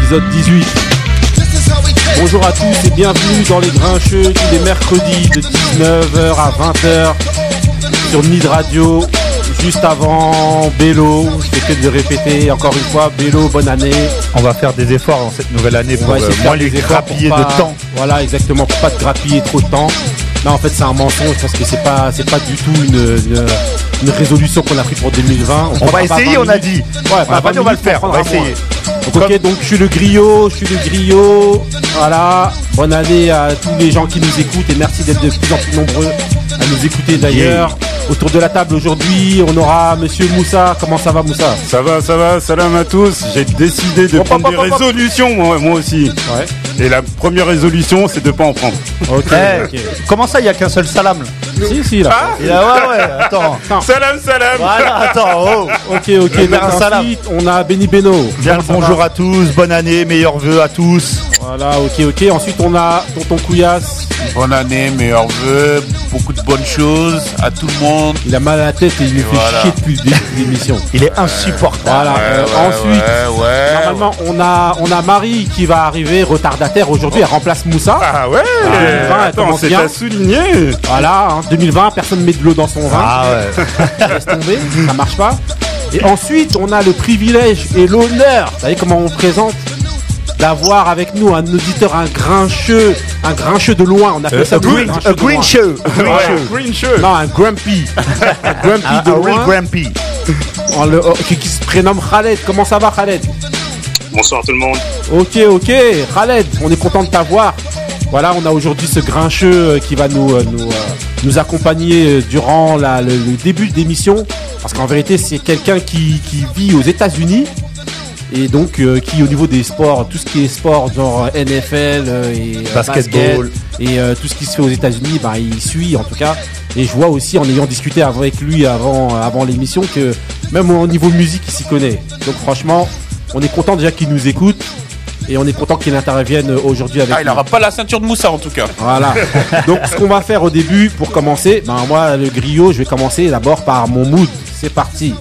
épisode 18. Bonjour à tous et bienvenue dans les Grincheux tous les mercredis de 19h à 20h sur Nid Radio. Juste avant, Bélo, je fais que de répéter encore une fois, Bélo, bonne année. On va faire des efforts dans cette nouvelle année pour moins les grappiller de temps. Voilà, exactement, pour pas te grappiller trop de temps. Non, en fait, c'est un mensonge parce que c'est pas du tout une résolution qu'on a pris pour 2020. On va essayer, on a dit. Ouais, on va le faire, on va essayer. Ok, donc je suis le griot. Voilà, bonne année à tous les gens qui nous écoutent et merci d'être de plus en plus nombreux à nous écouter d'ailleurs. Autour de la table aujourd'hui, on aura Monsieur Moussa. Comment ça va, Moussa? Ça va, salam à tous. J'ai décidé de prendre des résolutions, moi aussi. Ouais. Et la première résolution, c'est de pas en prendre. Ok. Comment ça, il n'y a qu'un seul salam là? Si, là. Ouais, attends. Salam. Voilà, attends, Ok. Donc ensuite, on a Benny Beno. Bien le bonjour à tous, bonne année, meilleurs vœux à tous. Voilà, ok. Ensuite, on a Tonton Couillasse. Bonne année, meilleurs vœux, beaucoup de bonnes choses à tout le monde. Il a mal à la tête et il nous fait chier depuis le début de l'émission. Il est insupportable. Voilà. Ensuite, normalement, on a Marie qui va arriver retardataire aujourd'hui. Elle remplace Moussa. Ah ouais. 2020, Attends, c'est à souligner. Voilà, 2020, personne ne met de l'eau dans son vin. Ah ouais. Laisse tomber, ça marche pas. Et ensuite, on a le privilège et l'honneur, vous savez comment on présente, d'avoir avec nous un auditeur, un grincheux de loin. On appelle ça A green show. Non, un grumpy. Un grumpy de loin. Grumpy. Qui se prénomme Khaled. Comment ça va, Khaled? Bonsoir tout le monde. Ok. Khaled, on est content de t'avoir. Voilà, on a aujourd'hui ce grincheux qui va nous accompagner durant le début de l'émission. Parce qu'en vérité, c'est quelqu'un qui vit aux États-Unis. Et donc qui au niveau des sports, tout ce qui est sport genre NFL et basketball et tout ce qui se fait aux États-Unis, il suit en tout cas. Et je vois aussi en ayant discuté avec lui avant l'émission que même au niveau musique il s'y connaît. Donc franchement, on est content déjà qu'il nous écoute et on est content qu'il intervienne aujourd'hui avec nous. Il n'aura pas la ceinture de Moussa en tout cas. Voilà. Donc ce qu'on va faire au début pour commencer, moi le griot, je vais commencer d'abord par mon mood. C'est parti.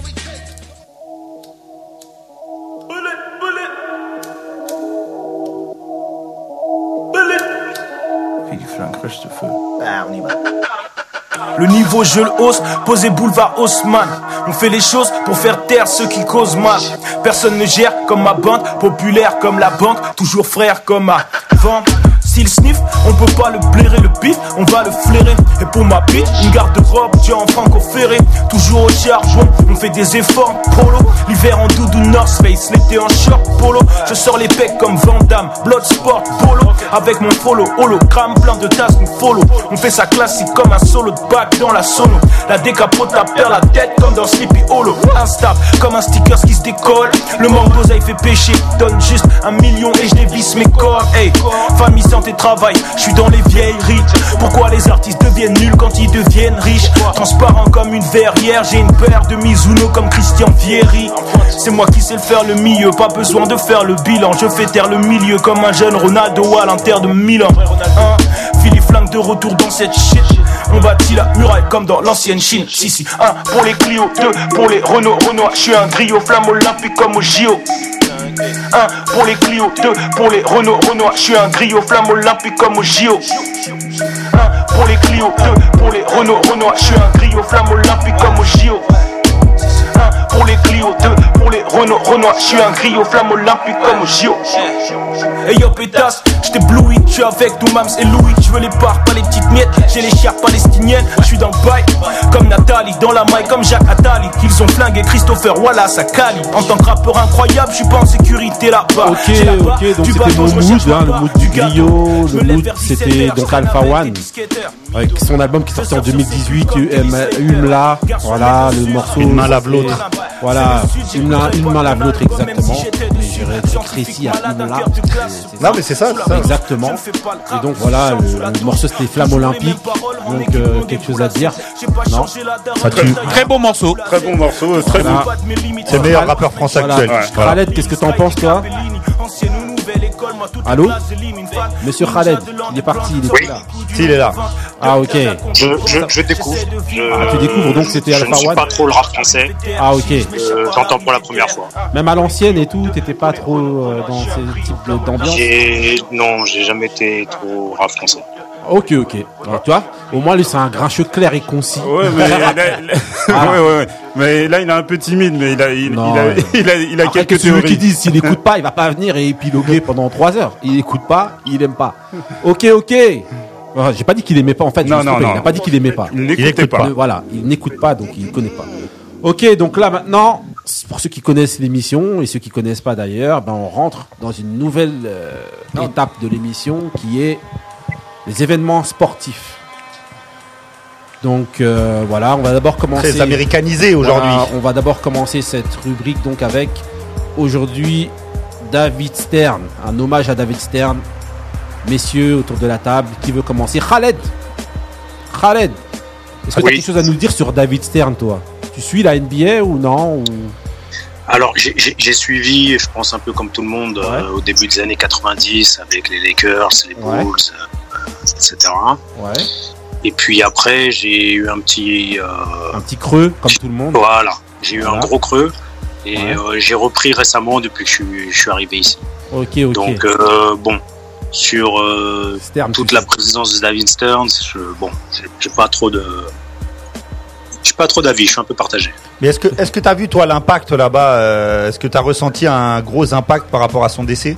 On y va. Le niveau je le hausse, posé boulevard Haussmann. On fait les choses pour faire taire ceux qui causent mal. Personne ne gère comme ma bande, populaire comme la banque, toujours frère comme avant. S'il sniff, on peut pas le blairer le pif, on va le flairer. Et pour ma bite, une garde-robe, tiens en Franco Ferré. Toujours au charbon, on fait des efforts polo. L'hiver en doudou North Face, l'été en short polo. Je sors les pecs comme Van Damme, Bloodsport polo. Avec mon follow, hologramme plein de tasses, nous follow. On fait ça classique comme un solo de bac dans la sono. La décapote la perd la tête comme dans Sleepy Hollow. Instable comme un sticker qui se décolle. Le manque d'oseille fait pécher, donne juste 1 million et je dévisse mes cordes. Hey, famille santé travail, je suis dans les vieilleries. Pourquoi les artistes deviennent nuls quand ils deviennent riches? Transparent comme une verrière, j'ai une paire de Mizuno comme Christian Vieri. C'est moi qui sais le faire le milieu, pas besoin de faire le bilan. Je fais taire le milieu comme un jeune Ronaldo à l'Inter de Milan. Philippe Flingue de retour dans cette shit. On bâtit la muraille comme dans l'ancienne Chine. Si, 1 pour les Clio, 2 pour les Renault. Je suis un griot, flamme olympique comme au JO. 1 pour les Clio, 2 pour les Renault. Je suis un griot, flamme olympique comme au JO. 1 pour les Clio, 2 pour les Renault. Je suis un griot, flamme olympique comme au JO. 1 pour les Clio, 2 pour les Renault. Je suis un griot, flamme olympique comme au JO. Hey yo pétasse, j't'ai bloui, j'suis avec Doumams et Louis. J'veux les parts, pas les petites miettes, j'ai les chars palestiniennes. J'suis dans le bail, comme Nathalie, dans la maille comme Jacques Attali. Qu'ils ont flingué Christopher Wallace à Cali. En tant que rappeur incroyable, j'suis pas en sécurité là-bas. Ok, donc c'était mon mood, le mood du griot. Le mood c'était donc Alpha One, avec son album qui sortait en 2018, Humla. Voilà, le morceau. Une main lave l'autre. Voilà, une main lave l'autre exactement. J'écris ici à Humla. Non mais c'est ça. Exactement. Et donc voilà, le morceau c'était Flamme Olympique. Donc quelque chose à dire. Non. Ça tue. Très bon morceau. Très bon morceau, très bon. C'est le meilleur rappeur français actuel. Khaled, qu'est-ce que t'en penses toi? Allô? Monsieur Khaled, il est parti, il est plus là. Si, il est là. Ah, ok. Je découvre. Tu découvres donc c'était Je Alpha ne suis One. pas trop le rap français. Ah, ok. J'entends pour la première fois. Même à l'ancienne et tout, t'étais pas trop dans ce type d'ambiance. Non, j'ai jamais été trop rap français. Ok. Alors, tu vois, au moins lui c'est un grincheux clair et concis. Ouais, mais ouais. Mais là, il est un peu timide, mais il a Après, quelques ceux qui théories. disent s'il n'écoute pas, il va pas venir et épiloguer pendant 3 heures. Il n'écoute pas, il aime pas. Ok. Enfin, j'ai pas dit qu'il aimait pas en fait. Non. Il n'a pas dit qu'il aimait pas. Il n'écoutait pas. Voilà, il n'écoute pas donc il connaît pas. Ok, donc là maintenant, pour ceux qui connaissent l'émission et ceux qui connaissent pas d'ailleurs, on rentre dans une nouvelle étape de l'émission qui est les événements sportifs. Donc voilà, on va d'abord commencer. Très américanisé aujourd'hui. Voilà, on va d'abord commencer cette rubrique donc avec aujourd'hui David Stern, un hommage à David Stern. Messieurs autour de la table, qui veut commencer? Khaled, est-ce que tu as quelque chose à nous dire sur David Stern, toi? Tu suis la NBA ou non Alors, j'ai suivi, je pense un peu comme tout le monde, au début des années 90 avec les Lakers, les Bulls, etc. Ouais. Et puis après, j'ai eu un petit creux, comme tout le monde. Voilà, j'ai eu un gros creux et j'ai repris récemment depuis que je suis arrivé ici. Ok. Donc sur Stern, toute la présidence de David Stern, j'ai pas trop d'avis, je suis un peu partagé. Mais est-ce que tu as vu, toi, l'impact là-bas Est-ce que tu as ressenti un gros impact par rapport à son décès?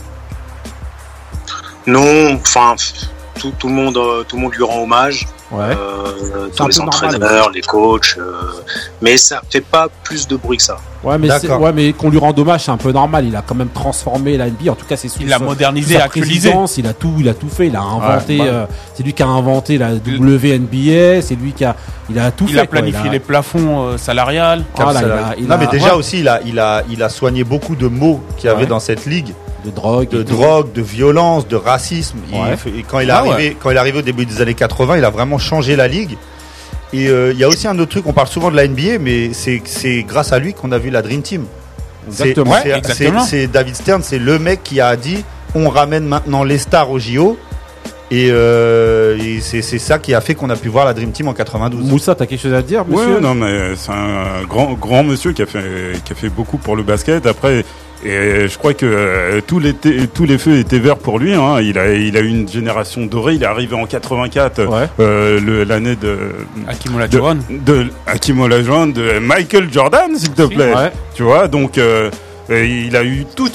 Non, enfin, tout le monde lui rend hommage. Ouais. Tous les entraîneurs, les coachs, mais ça fait pas plus de bruit que ça. Ouais, mais qu'on lui rende hommage, c'est un peu normal. Il a quand même transformé la NBA. En tout cas, c'est il l'a modernisé, actualisé. Il a tout fait. Il a inventé. C'est lui qui a inventé la WNBA. C'est lui qui a tout fait. Il a planifié les plafonds salariales. Non, mais déjà aussi, il a soigné beaucoup de maux qu'il y avait dans cette ligue. De drogue, de violence, de racisme. Et quand il est arrivé au début des années 80, il a vraiment changé la ligue. Et il y a aussi un autre truc, on parle souvent de la NBA, mais c'est grâce à lui qu'on a vu la Dream Team. Exactement. C'est David Stern, c'est le mec qui a dit on ramène maintenant les stars au JO. Et c'est ça qui a fait qu'on a pu voir la Dream Team en 92. Moussa, t'as quelque chose à dire, monsieur? Oui, non, mais c'est un grand monsieur qui a fait beaucoup pour le basket. Après, et je crois que tous les feux étaient verts pour lui. Hein. Il a eu une génération dorée. Il est arrivé en 84, l'année de Hakeem Olajuwon, de Michael Jordan, s'il te plaît. Ouais. Tu vois, donc. Il a eu toute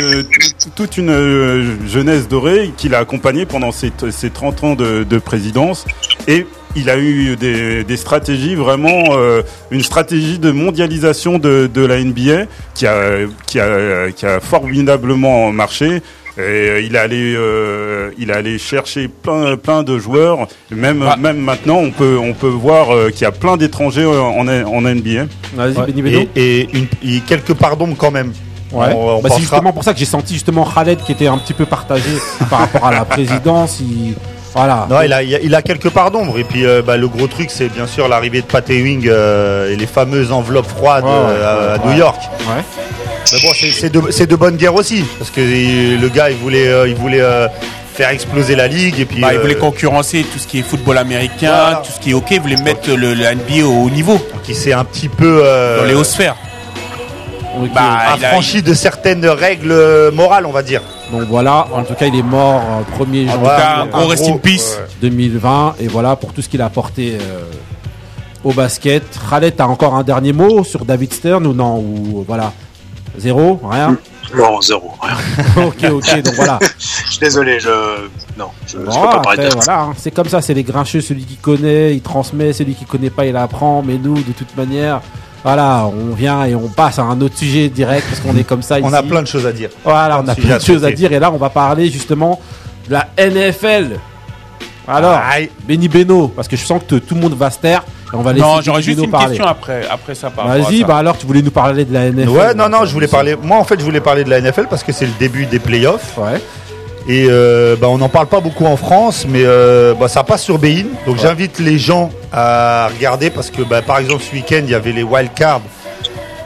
une jeunesse dorée qu'il a accompagnée pendant ses 30 ans de présidence, et il a eu des stratégies vraiment, une stratégie de mondialisation de la NBA qui a formidablement marché. Et il est allé chercher plein de joueurs. Même maintenant, on peut voir qu'il y a plein d'étrangers en NBA. Vas-y, et quelques pardons quand même. Ouais. C'est justement pour ça que j'ai senti justement Khaled qui était un petit peu partagé par rapport à la présidence. Voilà. Non, il a quelques parts d'ombre. Et puis le gros truc, c'est bien sûr l'arrivée de Pat Ewing et les fameuses enveloppes froides à New York. Ouais. Mais bon, c'est de bonne guerre aussi, parce que le gars il voulait faire exploser la ligue, et puis il voulait concurrencer tout ce qui est football américain, tout ce qui est hockey, il voulait mettre la NBA au haut niveau. Qui s'est un petit peu dans les hautes sphères. Affranchi de certaines règles morales, on va dire. Donc voilà, en tout cas il est mort 1er janvier. En tout cas, gros rest in peace 2020, et voilà pour tout ce qu'il a apporté au basket. Khaled, t'as encore un dernier mot sur David Stern ou non, ou voilà? Zéro? Rien? Non, zéro, rien. ok, donc voilà. Je suis désolé, je peux pas parler de ça. Voilà, hein, c'est comme ça, c'est les grincheux, celui qui connaît, il transmet, celui qui connaît pas, il apprend, mais nous, de toute manière, voilà, on vient et on passe à un autre sujet direct, parce qu'on est comme ça ici. On a plein de choses à dire. Voilà, on a plein de choses à dire, et là, on va parler justement de la NFL. Alors, Benny Beno, parce que je sens que tout le monde va se taire. On va non, j'aurais juste une question après ça. Vas-y, alors tu voulais nous parler de la NFL. Ouais, non, je voulais parler. Moi, en fait, je voulais parler de la NFL parce que c'est le début des playoffs. Ouais. Et on n'en parle pas beaucoup en France, mais ça passe sur Bein. Donc j'invite les gens à regarder parce que, par exemple, ce week-end, il y avait les wild cards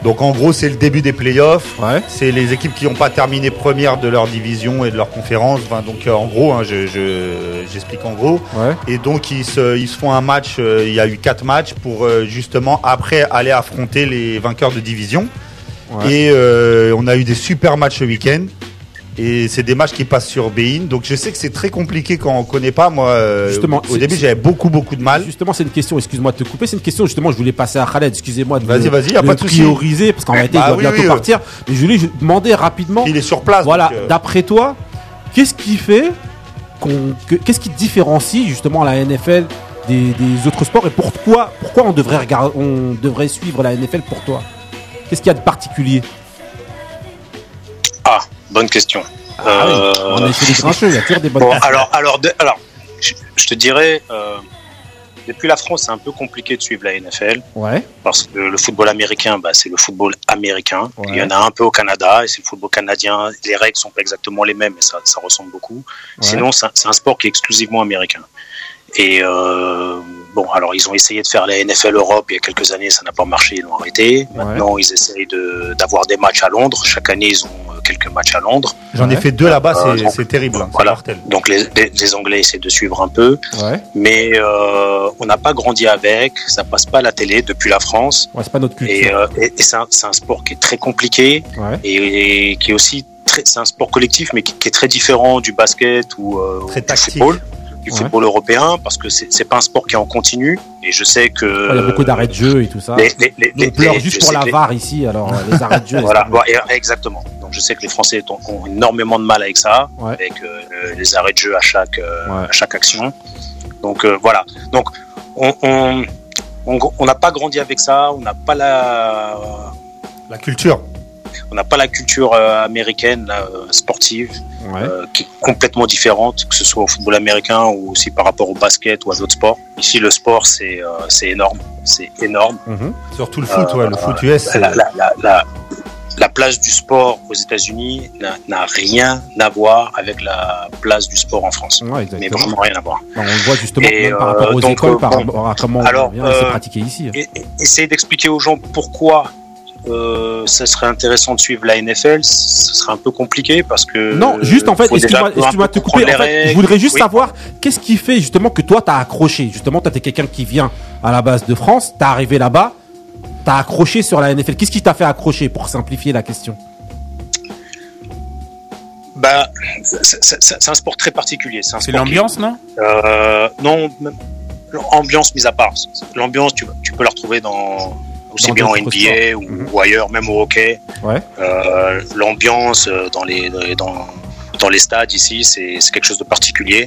Donc en gros, c'est le début des playoffs. Ouais. C'est les équipes qui n'ont pas terminé première de leur division et de leur conférence. Enfin, donc en gros, hein, j'explique en gros. Ouais. Et donc ils se font un match. Il y a eu 4 matchs pour justement après aller affronter les vainqueurs de division. Ouais. Et on a eu des super matchs ce week-end. Et c'est des matchs qui passent sur Bein. Donc je sais que c'est très compliqué quand on connaît pas. Moi, Justement, au début, j'avais beaucoup de mal. Justement, c'est une question, excuse-moi de te couper, c'est une question, justement, je voulais passer à Khaled, excusez-moi de Vas-y, y a de pas de souci. prioriser, parce qu'en réalité, il doit bientôt partir. Mais je voulais demander rapidement. Il est sur place. Voilà, donc, d'après toi, qu'est-ce qui fait qu'est-ce qui différencie justement la NFL des autres sports et pourquoi on devrait suivre la NFL pour toi? Qu'est-ce qu'il y a de particulier? Ah, bonne question. Oui, on est chez les grincheux, il y a toujours des bonnes questions. Alors, je te dirais, depuis la France, c'est un peu compliqué de suivre la NFL. Ouais. Parce que le football américain, c'est le football américain. Ouais. Il y en a un peu au Canada, et c'est le football canadien. Les règles sont pas exactement les mêmes, mais ça ressemble beaucoup. Ouais. Sinon, c'est un sport qui est exclusivement américain. Et alors ils ont essayé de faire la NFL Europe il y a quelques années, ça n'a pas marché, ils l'ont arrêté. Maintenant, ils essayent d'avoir des matchs à Londres. Chaque année, ils ont quelques matchs à Londres. J'en ai fait 2 là-bas, c'est terrible. Hein, voilà. C'est mortel. Donc les Anglais essaient de suivre un peu, mais on n'a pas grandi avec, ça passe pas à la télé depuis la France. Ouais, c'est pas notre culture. Et c'est un sport qui est très compliqué et qui est aussi c'est un sport collectif, mais qui est très différent du basket ou du football. Du football européen, parce que c'est pas un sport qui est en continu, et je sais que il y a beaucoup d'arrêts de jeu et tout ça. On pleure juste pour la VAR ici, alors les arrêts de jeu. Voilà, exactement. Donc je sais que les Français ont énormément de mal avec ça, avec les arrêts de jeu à chaque action. Donc voilà. Donc on n'a pas grandi avec ça, on n'a pas la culture. On n'a pas la culture américaine sportive qui est complètement différente, que ce soit au football américain ou aussi par rapport au basket ou à d'autres sports. Ici, le sport, c'est énorme. C'est énorme. Surtout le foot, le foot US. La place du sport aux États-Unis n'a rien à voir avec la place du sport en France. Mais vraiment rien à voir. On le voit justement même par rapport aux écoles, par rapport à comment c'est pratiqué ici. Essayer d'expliquer aux gens pourquoi ça serait intéressant de suivre la NFL, ce serait un peu compliqué parce que... Non, juste en fait, excuse-moi de te couper, en fait, je voudrais juste savoir qu'est-ce qui fait justement que toi t'as accroché. Justement, toi t'es quelqu'un qui vient à la base de France, t'es arrivé là-bas, t'as accroché sur la NFL. Qu'est-ce qui t'a fait accrocher, pour simplifier la question? C'est un sport très particulier. C'est l'ambiance, non? Non, ambiance mise à part. L'ambiance, tu peux la retrouver aussi bien en NBA ou ailleurs, même au hockey. L'ambiance dans les stades ici, c'est quelque chose de particulier.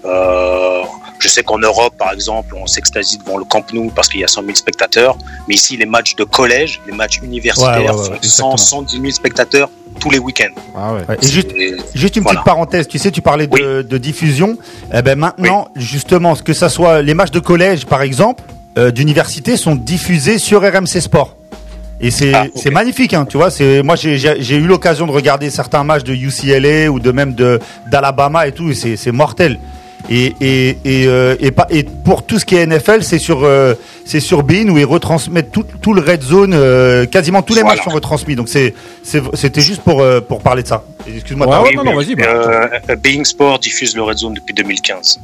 Je sais qu'en Europe, par exemple, on s'extasie devant le Camp Nou parce qu'il y a 100 000 spectateurs. Mais ici, les matchs de collège, les matchs universitaires font 110 000 spectateurs tous les week-ends. Et juste une petite parenthèse, tu sais, tu parlais de diffusion. Maintenant, justement, que ça soit les matchs de collège, par exemple, d'université sont diffusés sur RMC Sport. Et c'est magnifique, hein, tu vois. Moi j'ai eu l'occasion de regarder certains matchs de UCLA ou d'Alabama et tout. Et c'est mortel. Et pour tout ce qui est NFL, c'est sur Bein où ils retransmettent tout le Red Zone, quasiment tous les matchs sont retransmis. Donc c'était juste pour parler de ça. Excuse-moi. Vas-y. Bein Sport diffuse le Red Zone depuis 2015.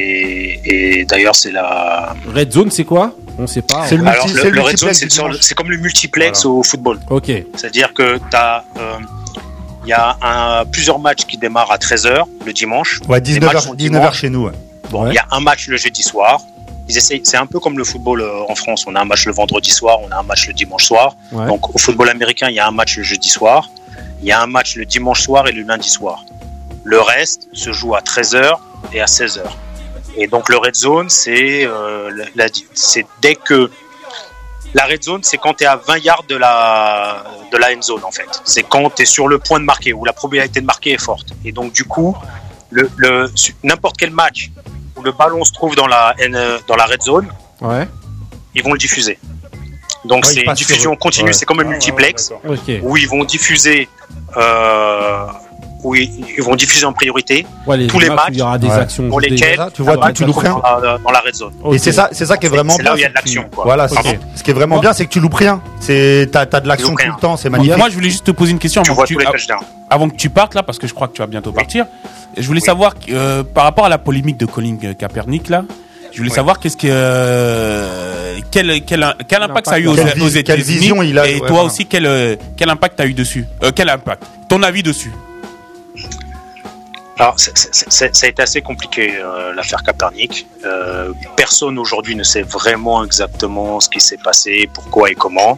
Et d'ailleurs c'est la Red Zone, c'est quoi? On sait pas. Le Red Zone, c'est comme le multiplex au football. Ok. C'est-à-dire que il y a plusieurs matchs qui démarrent à 13h le dimanche. 19h chez nous. Il y a un match le jeudi soir. C'est un peu comme le football en France. On a un match le vendredi soir, on a un match le dimanche soir. Donc au football américain, il y a un match le jeudi soir, il y a un match le dimanche soir et le lundi soir. Le reste se joue à 13h et à 16h. Et donc le red zone, c'est dès que... La red zone, c'est quand tu es à 20 yards de la end zone, en fait. C'est quand tu es sur le point de marquer, où la probabilité de marquer est forte. Et donc, du coup, n'importe quel match où le ballon se trouve dans la red zone, ils vont le diffuser. Donc, c'est une diffusion continue, c'est comme un multiplex, où ils vont diffuser où ils vont diffuser en priorité tous les matchs il y aura des actions pour lesquels tu vois tu loues rien dans la red zone. Et c'est ça qui est vraiment bien. Là où il y a de l'action. Voilà, ce qui est vraiment bien, c'est que tu loupes rien. T'as de l'action tout le temps, c'est magnifique. Moi, je voulais juste te poser une question avant que tu partes là, parce que je crois que tu vas bientôt partir. Je voulais savoir par rapport à la polémique de Colin Kaepernick là. Je voulais savoir quel impact ça a eu aux États-Unis et toi aussi quel impact t'as eu dessus. Quel impact? Ton avis dessus? Alors, ça a été assez compliqué, l'affaire Kaepernick. Personne aujourd'hui ne sait vraiment exactement ce qui s'est passé, pourquoi et comment.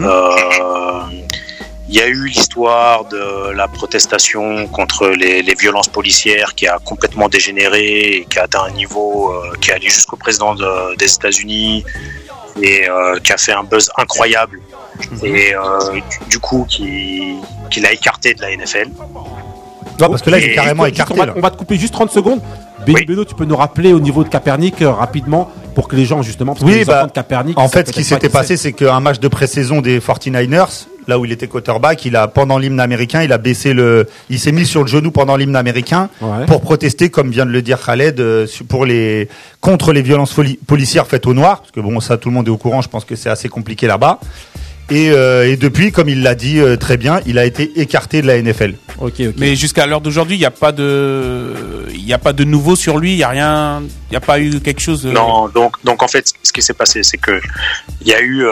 Il y a eu l'histoire de la protestation contre les violences policières qui a complètement dégénéré et qui a atteint un niveau qui est allé jusqu'au président des États-Unis et qui a fait un buzz incroyable et du coup qui l'a écarté de la NFL. Non, parce que là, il est carrément écarté. On va te couper juste 30 secondes. Beno, tu peux nous rappeler au niveau de Kaepernick rapidement pour que les gens justement... Parce que Kaepernick, en fait, ce qui s'était passé, c'est qu'un match de pré-saison des 49ers, là où il était quarterback, pendant l'hymne américain, il s'est mis sur le genou pendant l'hymne américain pour protester, comme vient de le dire Khaled, contre les violences policières faites aux Noirs. Parce que bon, ça, tout le monde est au courant. Je pense que c'est assez compliqué là-bas. Et depuis, comme il l'a dit très bien, il a été écarté de la NFL. Okay. Mais jusqu'à l'heure d'aujourd'hui, il n'y a pas de nouveau sur lui. Il y a rien. Il n'y a pas eu quelque chose. Non. Donc en fait, ce qui s'est passé, c'est que il y a eu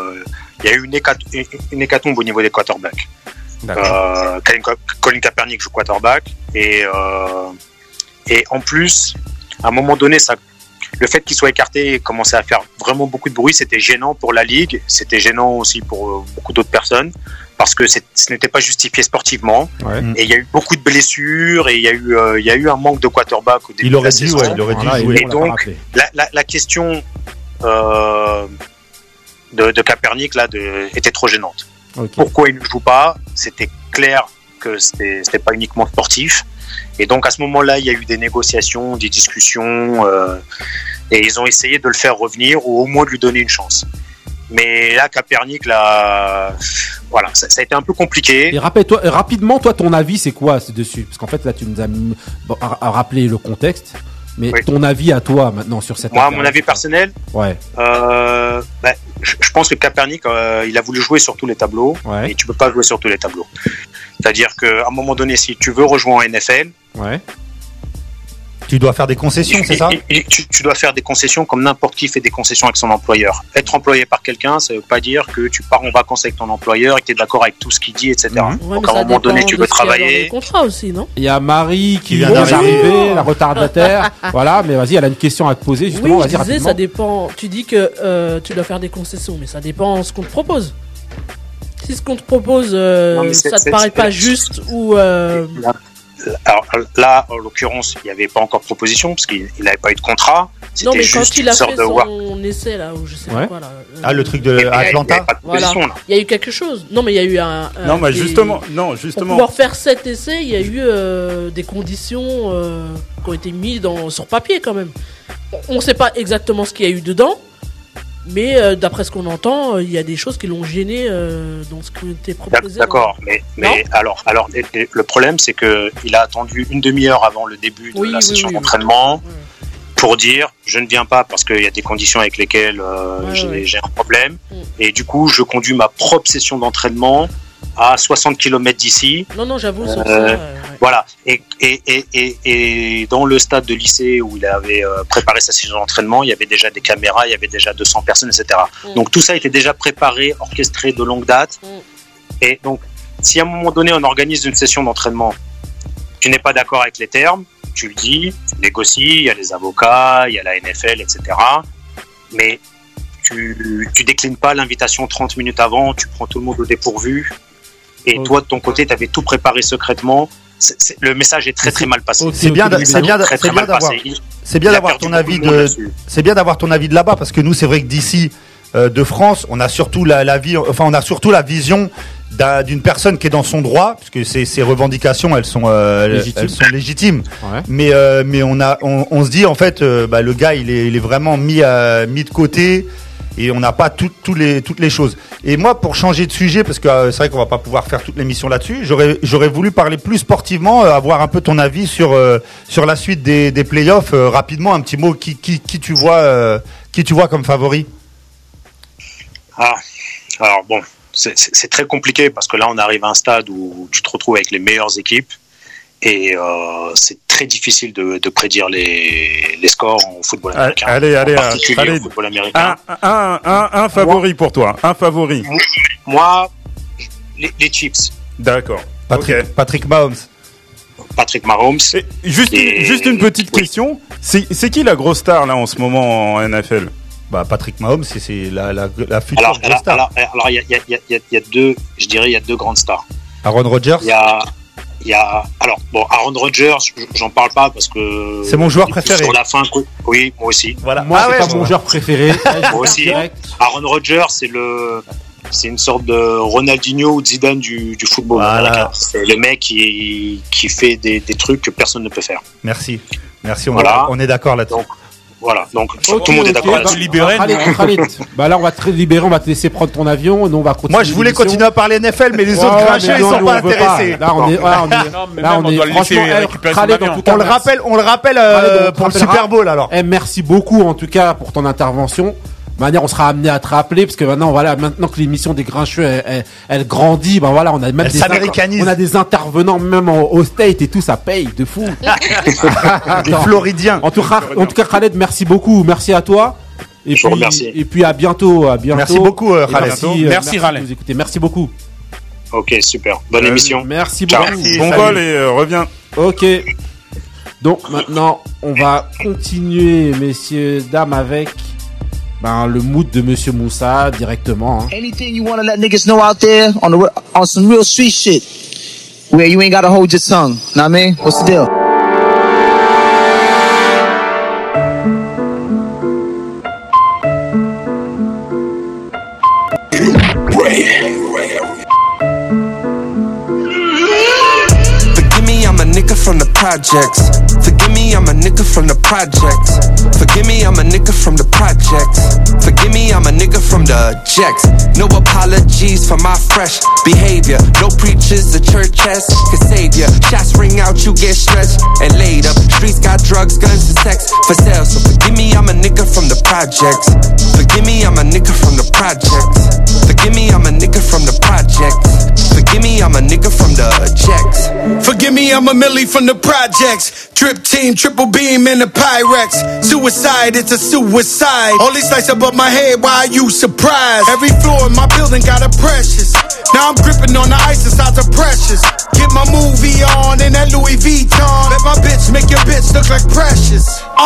une hécatombe au niveau des quarterbacks. Colin Kaepernick joue quarterback et en plus, à un moment donné, le fait qu'il soit écarté commençait à faire vraiment beaucoup de bruit. C'était gênant pour la ligue, c'était gênant aussi pour beaucoup d'autres personnes parce que ce n'était pas justifié sportivement. Et il y a eu beaucoup de blessures et il y a eu un manque de quarterback au début de la saison. Il aurait dû jouer. Et donc la question de Kaepernick là était trop gênante. Pourquoi il ne joue pas? C'était clair que c'était pas uniquement sportif. Et donc à ce moment-là, il y a eu des négociations, des discussions, et ils ont essayé de le faire revenir ou au moins de lui donner une chance. Mais là, Kaepernick, voilà, ça a été un peu compliqué. Et rappelle-toi rapidement, ton avis, c'est quoi dessus? Parce qu'en fait, là, tu nous as rappelé le contexte. Mais ton avis à toi maintenant sur cette affaire? Mon avis personnel. Je pense que Kaepernick, il a voulu jouer sur tous les tableaux et tu peux pas jouer sur tous les tableaux. C'est-à-dire qu'à un moment donné, si tu veux rejoindre en NFL, tu dois faire des concessions, c'est ça? Tu dois faire des concessions comme n'importe qui fait des concessions avec son employeur. Être employé par quelqu'un, ça veut pas dire que tu pars en vacances avec ton employeur et que tu es d'accord avec tout ce qu'il dit, etc. Donc à un moment donné, tu veux travailler. Il contrat aussi, non? Il y a Marie qui vient d'arriver, la retardataire. Voilà, mais vas-y, elle a une question à te poser justement. Oui, je disais, ça dépend. Tu dis que tu dois faire des concessions, mais ça dépend de ce qu'on te propose. Si ce qu'on te propose, ça te paraît pas juste ou... Alors là, en l'occurrence, il n'y avait pas encore de proposition parce qu'il n'avait pas eu de contrat. C'était mais juste quand il a fait son essai là, ou je sais pas quoi là. Le truc de Atlanta. Il y a eu quelque chose. Non, mais il y a eu un. Non, mais justement. Pour pouvoir faire cet essai, il y a eu des conditions qui ont été mises sur papier quand même. On ne sait pas exactement ce qu'il y a eu dedans. Mais d'après ce qu'on entend, il y a des choses qui l'ont gêné dans ce qui était proposé. D'accord, mais alors le problème c'est que il a attendu une demi-heure avant le début de la session d'entraînement pour dire je ne viens pas parce qu'il y a des conditions avec lesquelles j'ai un problème et du coup je conduis ma propre session d'entraînement à 60 km d'ici. Non, j'avoue. Voilà. Et dans le stade de lycée où il avait préparé sa session d'entraînement, il y avait déjà des caméras, il y avait déjà 200 personnes, etc. Donc tout ça était déjà préparé, orchestré de longue date. Et donc, si à un moment donné on organise une session d'entraînement, tu n'es pas d'accord avec les termes, tu le dis, tu négocies, il y a les avocats, il y a la NFL, etc. Mais tu déclines pas l'invitation 30 minutes avant, tu prends tout le monde au dépourvu. Et toi, de ton côté, tu avais tout préparé secrètement. Le message est très très mal passé. C'est bien d'avoir ton avis de là-bas parce que nous, c'est vrai que d'ici de France, on a surtout la vision d'une personne qui est dans son droit, parce que ses revendications, elles sont légitimes. Mais on se dit en fait, le gars, il est vraiment mis de côté. et on n'a pas toutes les choses. Et moi, pour changer de sujet, parce que c'est vrai qu'on va pas pouvoir faire toute l'émission là-dessus, j'aurais voulu parler plus sportivement, avoir un peu ton avis sur la suite des playoffs. Rapidement, un petit mot, qui tu vois comme favori? Alors bon, c'est très compliqué parce que là, on arrive à un stade où tu te retrouves avec les meilleures équipes. Et c'est très difficile de prédire les scores en football américain. Allez, au football américain. Un favori pour toi, un favori. Moi, les Chiefs. D'accord. Patrick Mahomes. Patrick Mahomes. Juste une petite question. C'est qui la grosse star là en ce moment en NFL? Patrick Mahomes, c'est la future grosse star. Alors il y a deux grandes stars. Aaron Rodgers. Aaron Rodgers, j'en parle pas parce que c'est mon joueur préféré. Sur la fin, oui, moi aussi. Voilà. Moi, c'est pas mon joueur préféré. Moi aussi. Aaron Rodgers, c'est une sorte de Ronaldinho ou Zidane du football américain. C'est le mec qui fait des trucs que personne ne peut faire. Merci, on est d'accord là-dessus. Donc tout le monde est d'accord là-dessus. Khalid. Là, on va te libérer, on va te laisser prendre ton avion. Nous, on va continuer. Moi, je voulais continuer à parler NFL, mais les autres grincheux, ils sont pas intéressés. Là, on est franchement, Khalid, en tout cas, on le rappelle pour le Super Bowl, alors. Merci beaucoup, en tout cas, pour ton intervention. Manière, on sera amené à te rappeler parce que maintenant que l'émission des Grincheux elle grandit, on a même on a des intervenants même au State et tout, ça paye de fou. Des Floridiens. En tout cas, Khaled, merci beaucoup, merci à toi. Et puis à bientôt. Merci beaucoup, Khaled. Merci Khaled. Vous écoutez, merci beaucoup. Ok, super. Bonne émission. Merci beaucoup. Bon vol et reviens. Ok. Donc maintenant, on va continuer, messieurs, dames, avec le mood de Monsieur Moussa directement. Anything you want to let niggas know out there on some real street shit, where you ain't gotta hold your tongue. Know what I mean? What's the deal? Forgive me, I'm a nigga from the projects. Forgive me, I'm a nigga from the projects. Forgive me, I'm a nigga from the projects. Forgive me, I'm a nigga from the jacks. No apologies for my fresh behavior. No preachers, the church has can save ya. Shots ring out, you get stretched and laid up. Streets got drugs, guns, and sex for sale. So forgive me, I'm a nigga from the projects. Forgive me, I'm a nigga from the projects. Forgive me, I'm a nigga from the projects. Forgive me, I'm a nigga from the jacks. Forgive me, I'm a Millie from the projects. Drip team, triple beam in the Pyrex. Suicide, it's a suicide. All these lights above my head, why are you surprised? Every floor in my building got a precious. Now I'm gripping on the ice inside the precious. Get my movie on in that Louis Vuitton. Let my bitch make your bitch look like Precious.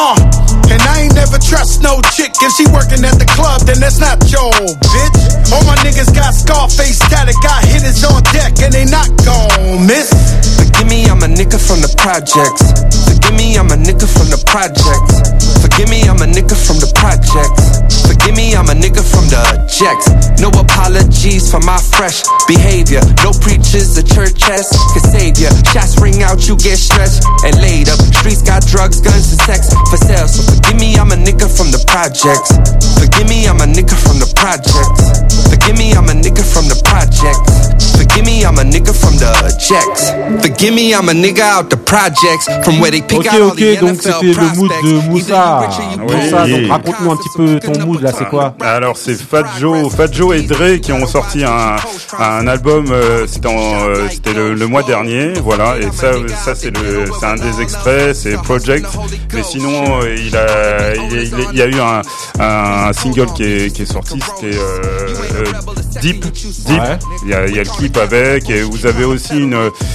And I ain't never trust no chick. If she working at the club, then that's not your bitch. All my niggas got Scarface static, got hitters on deck, and they not gon' miss. Forgive me, I'm a nigga from the projects. Forgive me, I'm a nigga from the projects. Forgive me, I'm a nigga from the projects. Forgive me, I'm a nigga from the jacks. No apologies for my fresh behavior. No preachers, the church has can save ya. Shots ring out, you get stretched and laid up. Streets got drugs, guns, and sex for sale. So forgive me, I'm a nigga from the projects. Forgive me, I'm a nigga from the projects. Forgive me, I'm a nigga from the projects. Forgive me, I'm a nigga from the jacks. Forgive me, I'm a nigga out the projects. From where they pick out all the donc NFL c'était le mood prospects. de Moussa. Moussa, Oui. donc raconte-nous un petit peu ton mood là, c'est quoi? Alors c'est Fat Joe et Dre qui ont sorti un album, c'était le mois dernier, voilà, et ça c'est un des extraits, c'est Project, mais sinon il y a eu un single qui est sorti, c'était Deep. Ouais. Il y a le clip avec, et vous avez aussi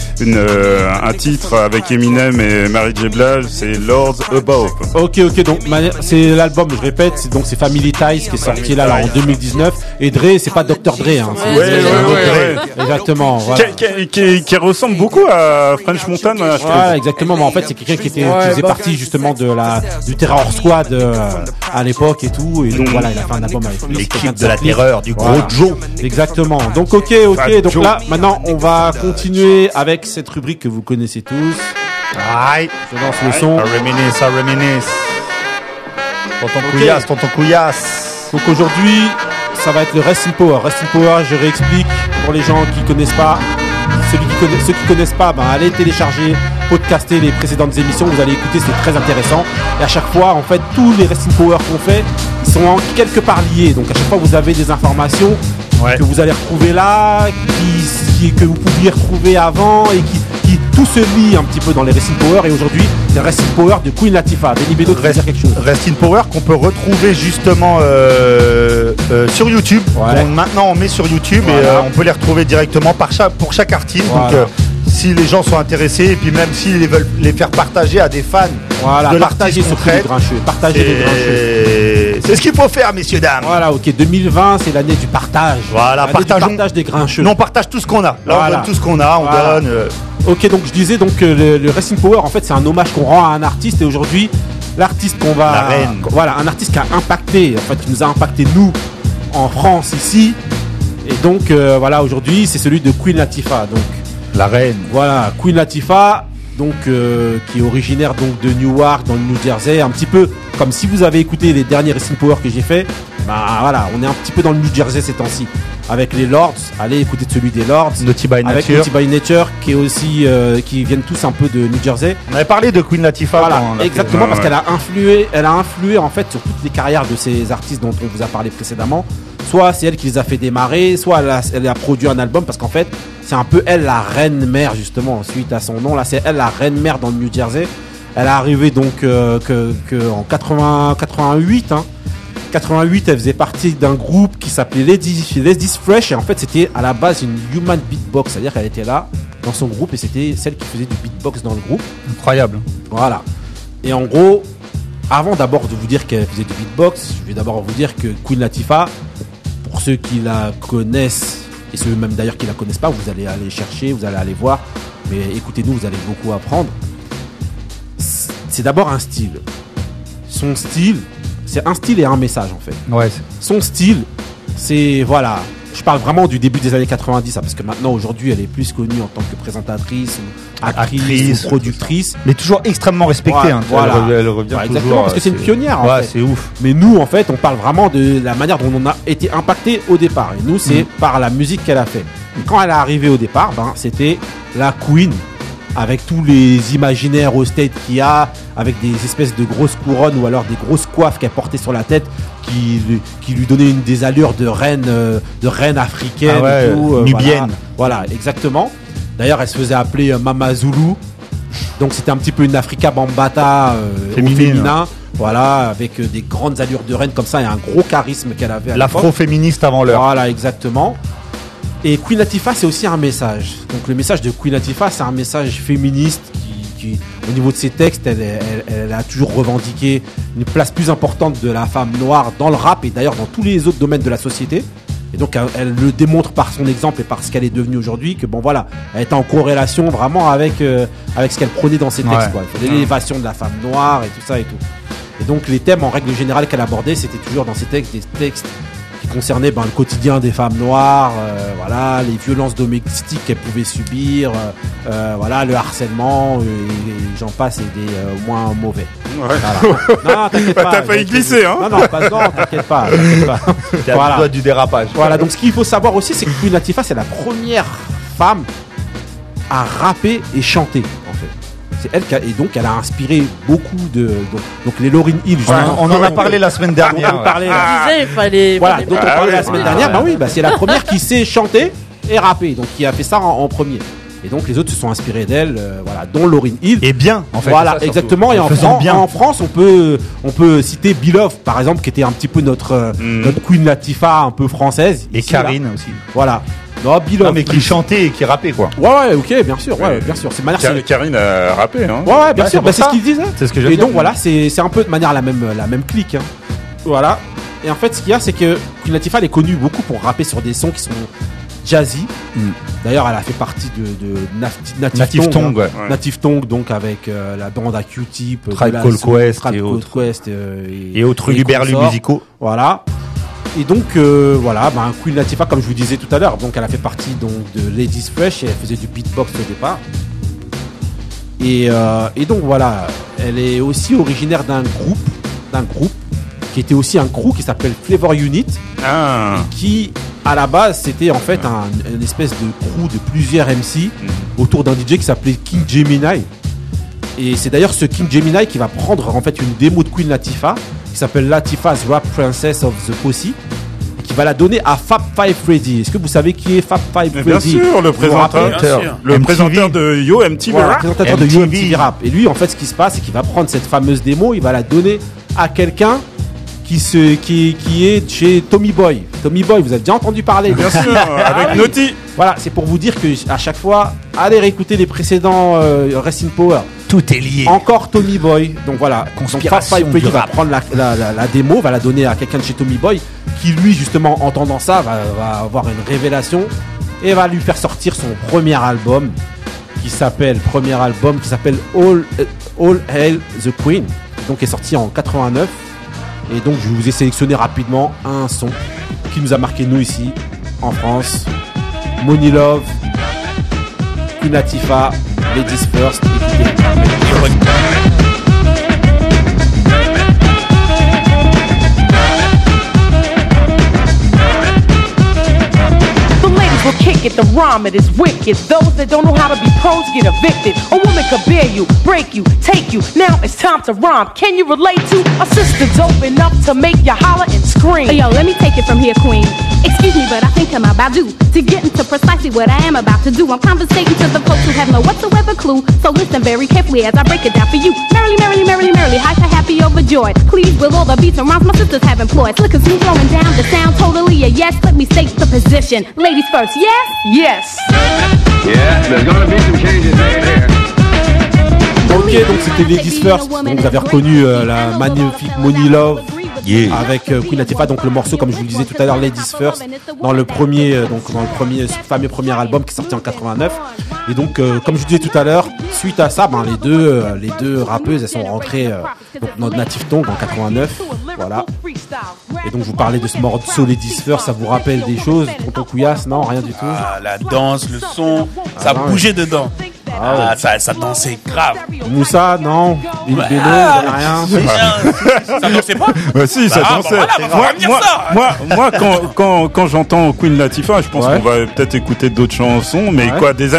un titre avec Eminem et Mary J. Blige, c'est Lords Above. Ok, donc c'est l'album, je répète, c'est Family Ties qui est sorti là en 2019, et Dre, c'est pas Dr. Dre, hein, c'est Ouais. exactement. Voilà. Qui ressemble beaucoup à French Montana. Ouais, exactement. Mais en fait, c'est quelqu'un qui faisait partie justement du Terror Squad à l'époque et tout. Et donc voilà, il a fait un album avec lui. L'équipe de la terreur, du gros Joe. Exactement. Donc ok. Donc là, maintenant, on va continuer avec cette rubrique que vous connaissez tous. Aïe. Je lance le son. Ça reminisce. Tonton Couillasse. Donc aujourd'hui, ça va être le Rest in Power. Rest in Power, je réexplique pour les gens qui connaissent pas. Ceux qui connaissent pas, allez télécharger, podcaster les précédentes émissions, vous allez écouter, c'est très intéressant. Et à chaque fois, en fait, tous les Rest in Power qu'on fait, ils sont quelque part liés. Donc à chaque fois, vous avez des informations que vous allez retrouver là, que vous pouviez retrouver avant et qui tout se lie un petit peu dans les Rest in Power. Et aujourd'hui, c'est Rest in Power de Queen Latifah. Benny Bedo, tu veux dire quelque chose? Rest in Power qu'on peut retrouver justement sur YouTube. Ouais. Maintenant, on met sur YouTube et on peut les retrouver directement pour chaque artiste. Voilà. Donc, si les gens sont intéressés et puis même s'ils veulent les faire partager à des fans de partager l'artiste surtout les grincheux. Partager les grincheux. C'est ce qu'il faut faire, messieurs, dames. Voilà, ok. 2020, c'est l'année du partage. Voilà, partage des grincheux. Nous, on partage tout ce qu'on a. Là, on donne tout ce qu'on a, on donne. Ok, donc je disais donc le Rest in Power, en fait, c'est un hommage qu'on rend à un artiste. Et aujourd'hui, l'artiste qu'on va... La reine. Voilà, un artiste qui a impacté, en fait, qui nous a impacté, nous, en France, ici. Et donc, voilà, aujourd'hui, c'est celui de Queen Latifah. Donc, la reine. Voilà, Queen Latifah, donc, qui est originaire donc, de Newark, dans le New Jersey. Un petit peu comme si vous avez écouté les derniers Rest in Power que j'ai fait. Voilà, on est un petit peu dans le New Jersey ces temps-ci. Avec les Lords, allez écouter celui des Lords. Naughty by avec Nature. Naughty by Nature, qui est aussi, qui viennent tous un peu de New Jersey. On avait parlé de Queen Latifah. Voilà, exactement, parce qu'elle a influé en fait sur toutes les carrières de ces artistes dont on vous a parlé précédemment. Soit c'est elle qui les a fait démarrer, soit elle a produit un album, parce qu'en fait, c'est un peu elle la reine mère justement, suite à son nom. Là, c'est elle la reine mère dans le New Jersey. Elle est arrivée donc en 88. 88, elle faisait partie d'un groupe qui s'appelait Ladies Fresh, et en fait c'était à la base une human beatbox, c'est-à-dire qu'elle était là dans son groupe et c'était celle qui faisait du beatbox dans le groupe. Incroyable. Voilà. Et en gros, avant d'abord de vous dire qu'elle faisait du beatbox, je vais d'abord vous dire que Queen Latifah, pour ceux qui la connaissent et ceux même d'ailleurs qui la connaissent pas, vous allez aller chercher, vous allez aller voir, mais écoutez-nous, vous allez beaucoup apprendre. C'est d'abord un style. Son style, c'est un style et un message en fait. Ouais. Son style, c'est voilà. Je parle vraiment du début des années 90, parce que maintenant aujourd'hui elle est plus connue en tant que présentatrice, ou actrice, ou productrice. Mais toujours extrêmement respectée. Voilà. Elle revient toujours. Exactement, parce que c'est une pionnière. Ouais, c'est ouf. Mais nous en fait, on parle vraiment de la manière dont on a été impacté au départ. Et nous, c'est par la musique qu'elle a fait. Et quand elle est arrivée au départ, c'était la Queen. Avec tous les imaginaires au State qu'il y a, avec des espèces de grosses couronnes ou alors des grosses coiffes qu'elle portait sur la tête qui lui donnaient des allures de reine africaine, et tout, nubienne. Voilà, exactement. D'ailleurs, elle se faisait appeler Mama Zulu. Donc c'était un petit peu une Africa Bambata féminin. Voilà, avec des grandes allures de reine comme ça et un gros charisme qu'elle avait. L'afro-féministe avant l'heure. Voilà, exactement. Et Queen Latifah, c'est aussi un message. Donc le message de Queen Latifah, c'est un message féministe qui au niveau de ses textes, elle a toujours revendiqué une place plus importante de la femme noire dans le rap et d'ailleurs dans tous les autres domaines de la société. Et donc elle le démontre par son exemple et par ce qu'elle est devenue aujourd'hui, que bon voilà, elle était en corrélation vraiment avec ce qu'elle prenait dans ses textes. Quoi. Il fallait l'élévation de la femme noire et tout ça et tout. Et donc les thèmes en règle générale qu'elle abordait, c'était toujours dans ses textes des textes qui concernaient le quotidien des femmes noires, voilà, les violences domestiques qu'elles pouvaient subir, voilà, le harcèlement, et j'en passe, et des moins mauvais. Ouais. Voilà. Non, t'inquiète pas. T'as failli glisser, hein. Non, t'inquiète pas. T'es à la doigt du dérapage. Voilà, donc ce qu'il faut savoir aussi, c'est que Queen Latifah, c'est la première femme à rapper et chanter, en fait. C'est elle et donc elle a inspiré beaucoup de donc les Lauryn Hill. On en a parlé la semaine dernière. On disait, il fallait. Voilà, donc on parlait la semaine dernière. C'est la première qui sait chanter et rapper, donc qui a fait ça en premier. Et donc les autres se sont inspirés d'elle, voilà, dont Lauryn Hill. Et bien, en fait. Voilà, exactement. Et en France, on peut citer Beloved, par exemple, qui était un petit peu notre Queen Latifah un peu française. Et Karine aussi. Voilà. Non, Beloved. Mais qui chantait et qui rappait, quoi. Ouais, ok, bien sûr. Ouais, bien sûr. C'est manière. Karine a rappé, hein. Ouais, bien sûr. C'est ce qu'il disait. C'est ce que j'ai dit. Et donc voilà, c'est un peu de manière la même clique. Hein. Voilà. Et en fait, ce qu'il y a, c'est que Queen Latifah, elle est connue beaucoup pour rapper sur des sons qui sont jazzy. D'ailleurs, elle a fait partie de Native Tongue, Native Tongue, donc avec la bande à Q-Tip, Tribe Called Quest et autres liberlus musicaux. Voilà. Et donc voilà, Queen Latifah, comme je vous disais tout à l'heure, donc elle a fait partie donc de Ladies Fresh et elle faisait du beatbox au départ. Et donc voilà, elle est aussi originaire d'un groupe qui était aussi un crew qui s'appelle Flavor Unit, qui à la base c'était en fait une espèce de crew de plusieurs MC autour d'un DJ qui s'appelait King Gemini. Et c'est d'ailleurs ce King Gemini qui va prendre en fait une démo de Queen Latifah qui s'appelle Latifah's Rap Princess of the Posse, et qui va la donner à Fab Five Freddy. Est-ce que vous savez qui est Fab Five Freddy? Bien sûr, le présentateur de Yo MTV Rap. Rap. Présentateur de Yo MTV Rap. Et lui, en fait, ce qui se passe, c'est qu'il va prendre cette fameuse démo, il va la donner à quelqu'un qui est chez Tommy Boy. Tommy Boy, vous avez déjà entendu parler? Bien sûr, avec Naughty. Voilà, c'est pour vous dire que à chaque fois, allez réécouter les précédents Rest in Power. Tout est lié. Encore Tommy Boy. Donc voilà, Fab Five Freddy va prendre la démo, va la donner à quelqu'un de chez Tommy Boy, qui lui, justement, entendant ça, va avoir une révélation et va lui faire sortir son premier album qui s'appelle All Hail the Queen. Donc, est sorti en 89. Et donc je vous ai sélectionné rapidement un son qui nous a marqué nous ici en France. Money Love, Queen Latifah, Ladies First. Will kick it, the rhyme it is wicked. Those that don't know how to be pros get evicted. A woman could bear you, break you, take you. Now it's time to rhyme. Can you relate to a sister dope enough to make you holler and scream? Yo, let me take it from here, queen. Excuse me, but I think I'm about due to get into precisely what I am about to do. I'm conversating to the folks who have no whatsoever clue. So listen very carefully as I break it down for you. Merrily, merrily, merrily, merrily, hyper, happy, overjoyed. Pleased with all the beats and rhymes my sisters have employed. Slick and smooth flowing down the sound, totally a yes. Let me state the position. Ladies first, yes? Yes. Yeah, there's gonna be some changes made here. Ok, donc c'était Ladies First. Donc vous avez reconnu la magnifique Money Love. Yeah. Avec Queen Latifah, donc le morceau, comme je vous le disais tout à l'heure, Ladies First, dans le fameux premier album qui est sorti en 89. Et donc, comme je vous disais tout à l'heure, suite à ça, les deux rappeuses, elles sont rentrées dans Native Tongue en 89. Voilà. Et donc, je vous parlais de ce morceau Ladies First, ça vous rappelle des choses, Tonton Couillasse? Non, rien du tout. Ah, la danse, le son, ça bougeait dedans. Ça dansait grave. Moussa, non. Béno, rien. Ça dansait pas? Bah si, ça dansait. Moi, quand j'entends Queen Latifah, je pense qu'on va peut-être écouter d'autres chansons, mais quoi, des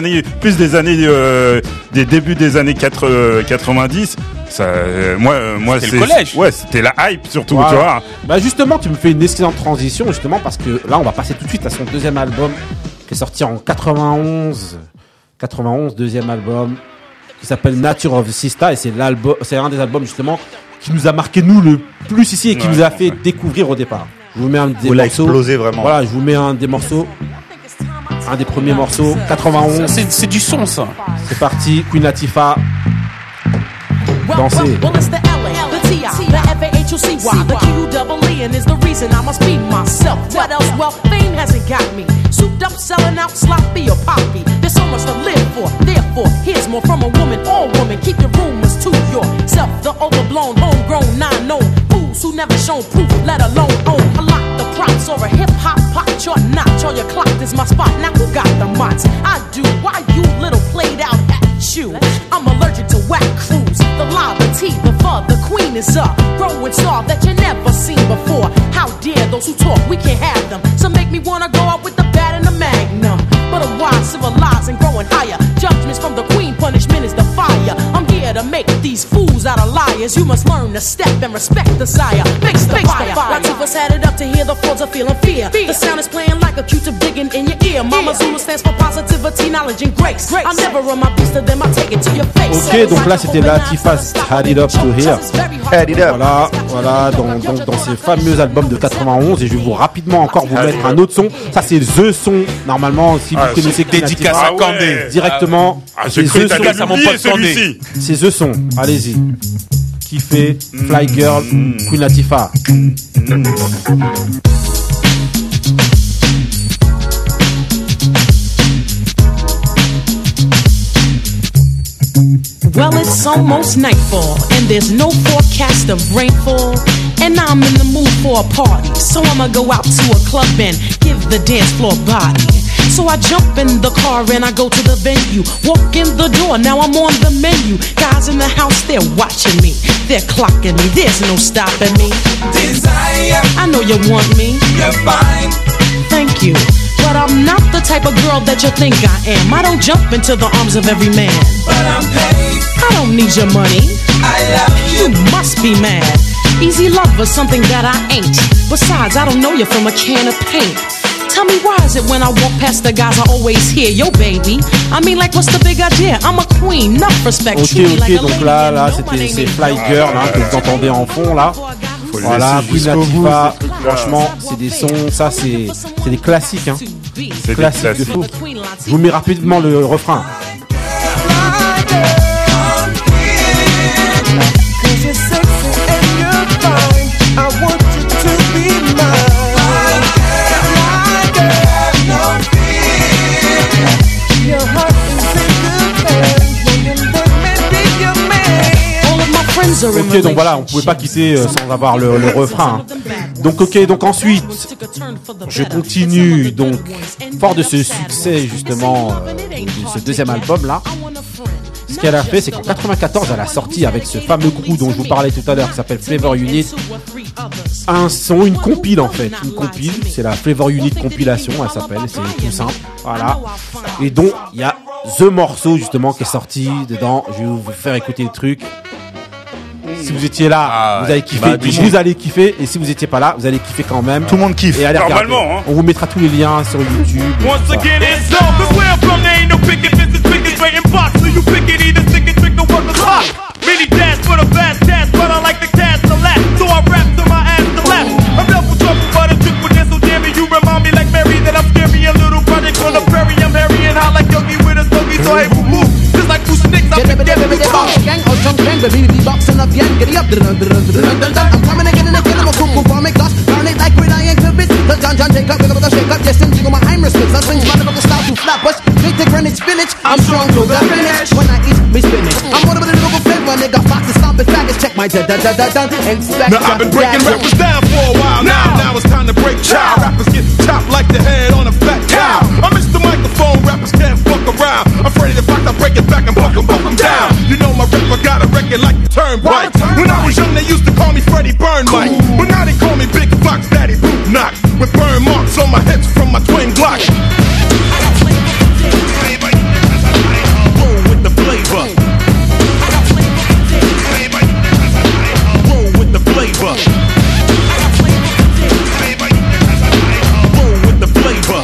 débuts des années 90. Ça, moi, c'était le collège. Ouais, c'était la hype surtout, tu vois. Bah justement, tu me fais une excellente transition, justement, parce que là, on va passer tout de suite à son deuxième album qui est sorti en 91, deuxième album, qui s'appelle Nature of the Sista, et c'est un des albums justement qui nous a marqué nous le plus ici et qui nous a fait découvrir au départ. Je vous mets un des morceaux. Explosé vraiment. Voilà, je vous mets un des premiers morceaux, 91. C'est du son ça. C'est parti, Queen Latifah. Dansez. F-A-H-O-C-Y, the Q-double-E-N is the reason I must be myself. What else? Well, fame hasn't got me souped up, selling out, sloppy or poppy. There's so much to live for, therefore, here's more from a woman. All women, keep your rumors to yourself. The overblown, homegrown, non-known fools who never shown proof, let alone own. I lock the props or a hip-hop pop chart notch. All your clock is my spot. Now who got the mods? I do. Why you little played out at you? I'm allergic to whack crews. The lie, the tea, the fur, the queen is a growing star that you never seen before. How dare those who talk, we can't have them. So make me wanna go out with the bat and the magnum. But a wise, civilized and growing higher. Judgments from the queen, punishment is the fire. I'm here to make these fools out of liars. You must learn to step and respect the sire. Fix the fire. Latifah's had it up to hear the folds of feeling fear. The sound is playing like a Q-tip digging in your ear. Mama Zulu stands for positivity, knowledge and grace. I never run my beast to them, I take it to your face. Ok, donc là c'était Latifah's Had It Up to Here. Had It Up. Voilà, dans ces fameux albums de 91, et je vais vous rapidement encore vous mettre un autre son. Ça c'est The Son, normalement, si vous connaissez dédicace à Candé. Directement. C'est The Son à mon pote Candé. C'est The Son, allez-y. Kiffez, Fly Girl, Queen Latifah. Well, it's almost nightfall, and there's no forecast of rainfall. And I'm in the mood for a party, so I'ma go out to a club and give the dance floor body. So I jump in the car and I go to the venue. Walk in the door, now I'm on the menu. Guys in the house, they're watching me. They're clocking me, there's no stopping me. Desire, I know you want me. You're fine. Thank you. But I'm not the type of girl that you think I am. I don't jump into the arms of every man. But I'm paid. I don't need your money. I love you. You must be mad. Easy love was something that I ain't. Besides, I don't know you from a can of paint. Tell me why is it when I walk past the guys I always hear, yo baby. I mean like what's the big idea? I'm a queen, enough respect. Ok, donc là c'était c'est Fly Girl que vous entendez en fond là. Voilà, Queen Latifah, franchement, c'est des sons, ça c'est des classiques hein. C'est classique de fou. Je vous mets rapidement le refrain. Ok, donc voilà, on pouvait pas quitter sans avoir le refrain. Donc ok, donc ensuite, je continue. Donc fort de ce succès justement de ce deuxième album là, ce qu'elle a fait, c'est qu'en 94, elle a sorti avec ce fameux crew dont je vous parlais tout à l'heure, qui s'appelle Flavor Unit, un son, une compile en fait, une compile. C'est la Flavor Unit compilation, elle s'appelle, c'est tout simple. Voilà. Et donc il y a The morceau justement qui est sorti dedans. Je vais vous faire écouter le truc. Si vous étiez là, vous allez kiffer, vous allez kiffer, et si vous étiez pas là, vous allez kiffer quand même. Tout le monde kiffe. Et allez regarder. Hein. On vous mettra tous les liens sur YouTube. I'm coming again and again, I'm a cook for me class. Burn it like when I ain't to bit. The John take up, the shake up, yes, and jiggle my Heimrich spits. I swing my little style to flap us. Take the Greenwich village, I'm strong to the finish. When I eat me spinach, I'm one of the little flavor, nigga. Foxes, stomping faggots, check my dun. Inspect. Now I've been breaking rappers down for a while now it's time to break child. Rappers get chopped like the head on a fat cow. I miss the microphone, rappers can't fuck around. I'm afraid of the fact I break it back and buck them down. You know my rapper got a record like the Turnpike. When I was young, they used to call me Freddie Burn Mike, but now they call me Big Fox Daddy Boot Knock, with burn marks on my hips from my twin Glock. Roll with the flavor. Roll with the flavor. Roll with the flavor.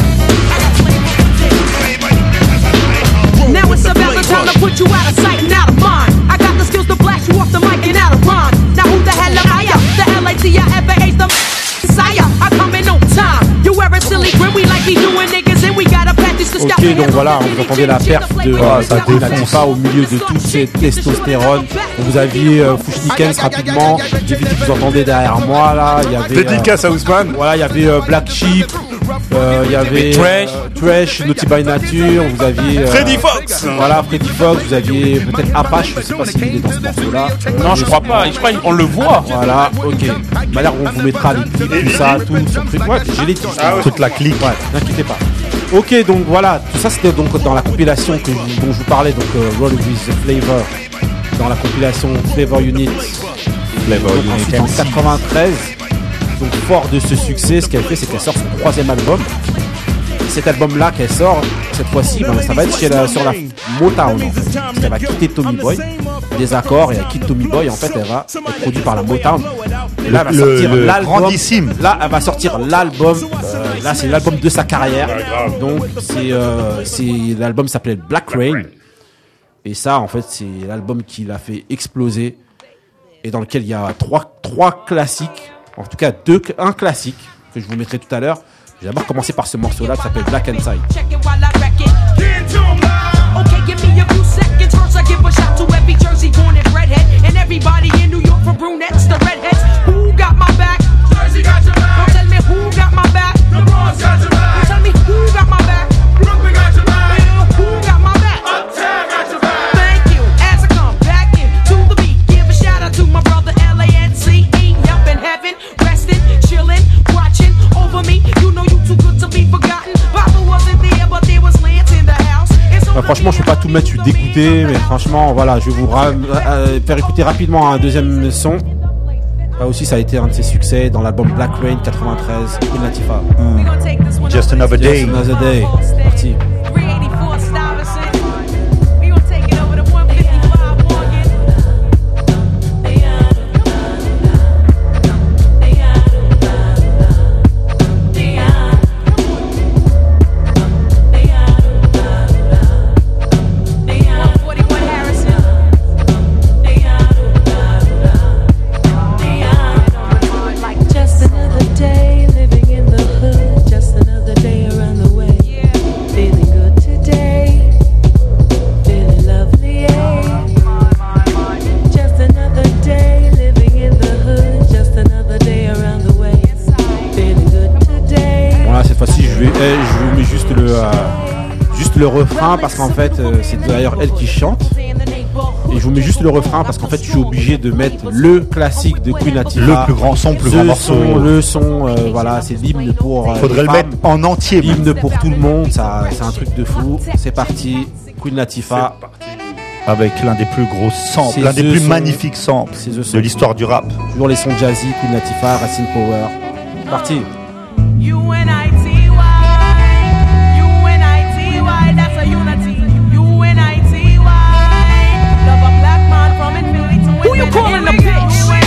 Now it's about the time to put you out of sight and out of mind. I got the skills to blast you off the mic and out of rhyme. Now who the hell am I? The L-A-T-I-F-A-H, the Messiah. I come in no time. You wear a silly grin, we like me doing niggas and we got a package to stop. Ok, donc voilà, vous entendez la perf de Latifah au milieu de toute cette testostérone. Vous aviez Fushnikens rapidement. J'ai vu que vous entendez derrière moi là. Il y avait dédicace à Ousmane. Voilà, il y avait Black Sheep. Il y avait Trash, Naughty by Nature, vous aviez Freddy Fox. Voilà, Freddy Fox, vous aviez peut-être Apache, je sais pas s'il est dans ce morceau-là. Non, je crois pas, on le voit. Voilà, ok. D'ailleurs, on vous mettra les clips, tout ça, tout sur truc. Ouais, j'ai les clips. Toute la clique. Ouais, n'inquiétez pas. Ok, donc voilà, tout ça c'était donc dans la compilation dont je vous parlais, donc Roll with the Flavor, dans la compilation Flavor Unit. Flavor Unit en 93. Donc fort de ce succès, ce qu'elle fait, c'est qu'elle sort son troisième album. Cet album-là qu'elle sort, cette fois-ci, ça va être sur la Motown. En fait. Parce qu'elle va quitter Tommy Boy, des accords, et elle quitte Tommy Boy. En fait, elle va être produite par la Motown. Et là, elle va sortir l'album. Là, elle va sortir l'album. Là, c'est l'album de sa carrière. Donc, c'est l'album s'appelait Black Rain. Et ça, en fait, c'est l'album qui l'a fait exploser et dans lequel il y a trois classiques. En tout cas, un classique que je vous mettrai tout à l'heure. Je vais d'abord commencer par ce morceau-là qui s'appelle Black Inside. Okay, give me a few seconds. First, I give a shout to every Jersey born and redhead, and everybody in New York from brunettes to redheads. Who got my back? Jersey got your back. Don't tell me who got my back. The Bronx got your back. Don't tell me who got my back. Brooklyn got your back. Who got my back? Uptown got your back. Thank you. As I come back in to the beat, give a shout out to my brother Lance. Up in heaven, resting, chilling, watching over me. You know you too good to be forgotten. Papa wasn't Franchement, je peux pas tout mettre, je suis dégoûté, mais franchement, voilà, je vais vous faire écouter rapidement un deuxième son. Là aussi, ça a été un de ses succès dans l'album Black Rain 93, Queen Latifah. Just Another Day. Just Another Day. C'est parti. Je mets juste le refrain parce qu'en fait c'est d'ailleurs elle qui chante, et je vous mets juste le refrain parce qu'en fait je suis obligé de mettre le classique de Queen Latifah, le plus grand son, plus grand morceau, le son, voilà, c'est l'hymne pour faudrait le mettre en entier, l'hymne pour tout le monde, ça c'est un truc de fou. C'est parti, Queen Latifah avec l'un des plus gros samples, l'un des plus magnifiques samples de l'histoire du rap. Toujours les sons jazzy, Queen Latifah, Racine Power. C'est parti. Who you calling a bitch?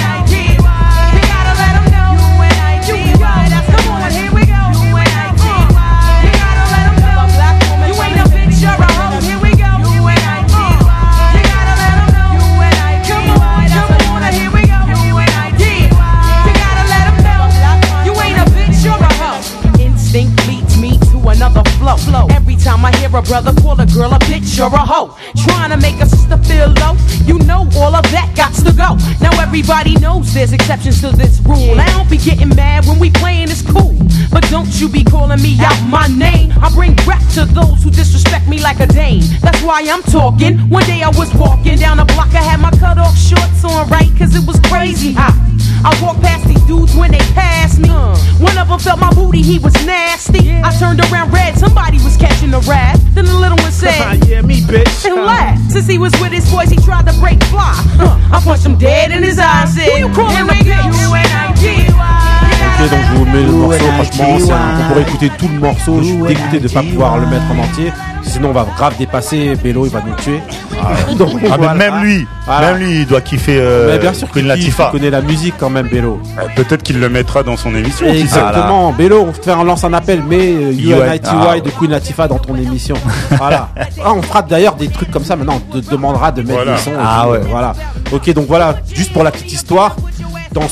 Every time I hear a brother call a girl a bitch or a hoe, trying to make a sister feel low, you know all of that gots to go. Now everybody knows there's exceptions to this rule. I don't be getting mad when we playing, it's cool, but don't you be calling me out my name. I bring rap to those who disrespect me like a dame. That's why I'm talking. One day I was walking down the block, I had my cut off shorts on, right, cause it was crazy hot. I walked past these dudes when they passed me. One of them felt my booty, he was nasty. I turned around red, somebody was catching a rat. Then the little one said, yeah, me, bitch. And laughed. Since he was with his boys, he tried to break fly. I punched him dead in his eyes, said, who you calling a bitch? Ok, donc je vous mets le morceau, franchement, on pourrait écouter tout le morceau, je suis dégoûté de ne pas pouvoir le mettre en entier, sinon on va grave dépasser, Bello il va nous tuer. Donc, voilà. Même lui, il doit kiffer bien sûr Queen Latifah. Il connaît la musique quand même, Bello. Peut-être qu'il le mettra dans son émission. Exactement, Bello, on lance un appel, mais UNITY de Queen Latifah dans ton émission. Voilà. On fera d'ailleurs des trucs comme ça, maintenant on te demandera de mettre des sons. Voilà. Ok, donc voilà, juste pour la petite histoire, dans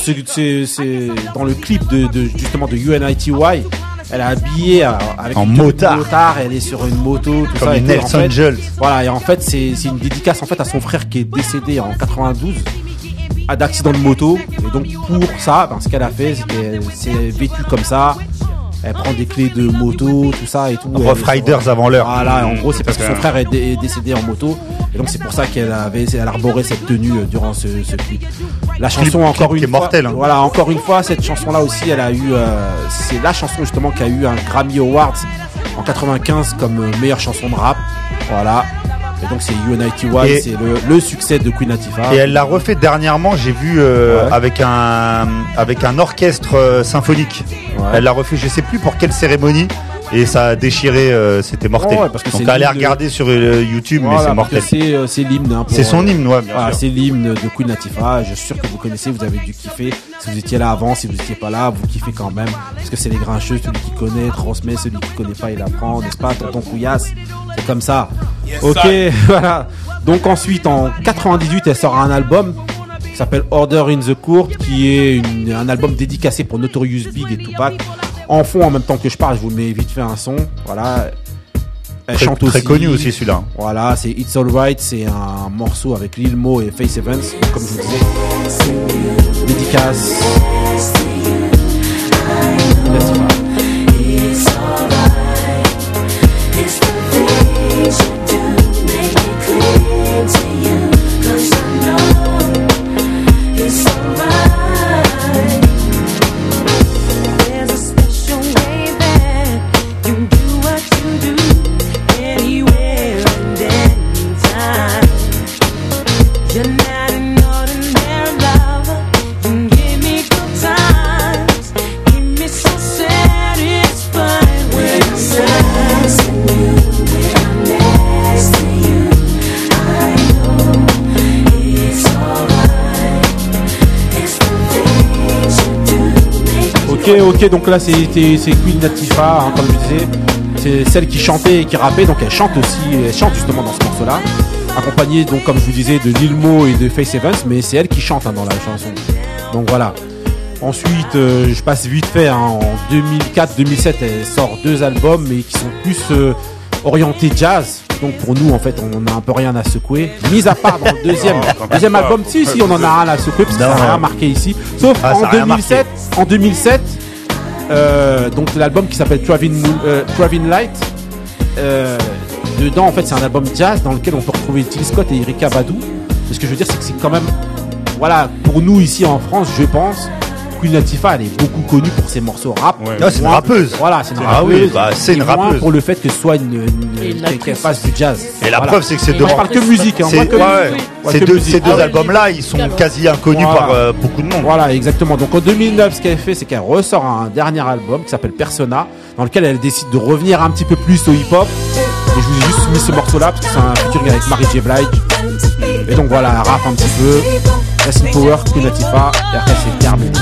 le clip justement de UNITY, elle est habillée avec en motard, elle est sur une moto, tout comme ça. Comme Nelson Angels. Voilà, et en fait, c'est une dédicace en fait à son frère qui est décédé en 92 d'accident de moto. Et donc pour ça, ce qu'elle a fait, c'est qu'elle s'est vêtue comme ça. Elle prend des clés de moto, tout ça et tout. Rough Riders avant l'heure. Voilà, en gros, c'est parce que son frère est décédé en moto. Et donc, c'est pour ça qu'elle arborait cette tenue durant ce clip. La chanson, encore une fois. Mortel, hein. Voilà, encore une fois, cette chanson-là aussi, elle a eu, c'est la chanson justement qui a eu un Grammy Awards en 95 comme meilleure chanson de rap. Voilà. Et donc c'est UNITY, c'est le succès de Queen Latifah. Et elle l'a refait dernièrement, j'ai vu avec un orchestre symphonique. Ouais. Elle l'a refait, je sais plus pour quelle cérémonie. Et ça a déchiré, c'était mortel. Parce que donc allez regarder sur YouTube, mais c'est mortel. C'est l'hymne. Hein, c'est son hymne, ouais, bien sûr. C'est l'hymne de Queen Latifah. Je suis sûr que vous connaissez, vous avez dû kiffer. Si vous étiez là avant, si vous n'étiez pas là, vous kiffez quand même. Parce que c'est les grincheux, celui qui connaît transmet, celui qui connaît pas, il apprend, n'est-ce pas, tonton Couillasse? C'est comme ça. Yes, ok, voilà. Donc ensuite, en 98, elle sort un album qui s'appelle Order in the Court, qui est un album dédicacé pour Notorious Big et Tupac. En fond, en même temps que je parle, je vous mets vite fait un son. Voilà. Elle chante aussi. Très connu aussi celui-là. Voilà, c'est It's Alright, c'est un morceau avec Lil Mo et Face Evans, comme je vous disais. Dédicace. Ok, donc là c'est Queen Latifah, hein, comme je disais. C'est celle qui chantait et qui rappait, donc elle chante justement dans ce morceau-là. Accompagnée, donc, comme je vous disais, de Lil Mo et de Faith Evans, mais c'est elle qui chante dans la chanson. Donc voilà. Ensuite, je passe vite fait, hein, en 2004-2007, elle sort 2 albums, mais qui sont plus orientés jazz. Donc pour nous, en fait, on n'a un peu rien à secouer. Mis à part dans le deuxième album, si, on en a rien à secouer, parce que ça n'a rien marqué ici. Sauf en 2007, donc l'album qui s'appelle Traveling Light. Dedans, en fait, c'est un album jazz dans lequel on peut retrouver Jill Scott et Erykah Badu. Ce que je veux dire, c'est que c'est quand même, voilà, pour nous ici en France, je pense, Queen Latifah, elle est beaucoup connue pour ses morceaux rap. Ouais. Non, c'est une rappeuse. Voilà, c'est une rappeuse. Oui, c'est une rappeuse. Pour le fait que ce soit qu'elle fasse du jazz. Et la preuve, c'est que c'est deux. Je parle que musique. Ces deux albums-là, ils sont quasi inconnus par beaucoup de monde. Voilà, exactement. Donc en 2009, ce qu'elle fait, c'est qu'elle ressort un dernier album qui s'appelle Persona, dans lequel elle décide de revenir un petit peu plus au hip-hop. Et je vous ai juste mis ce morceau-là parce que c'est un featuring avec Mary J. Blige. Et donc voilà, elle rappe un petit peu. Rest in Power, Queen Latifah, et après c'est terminé.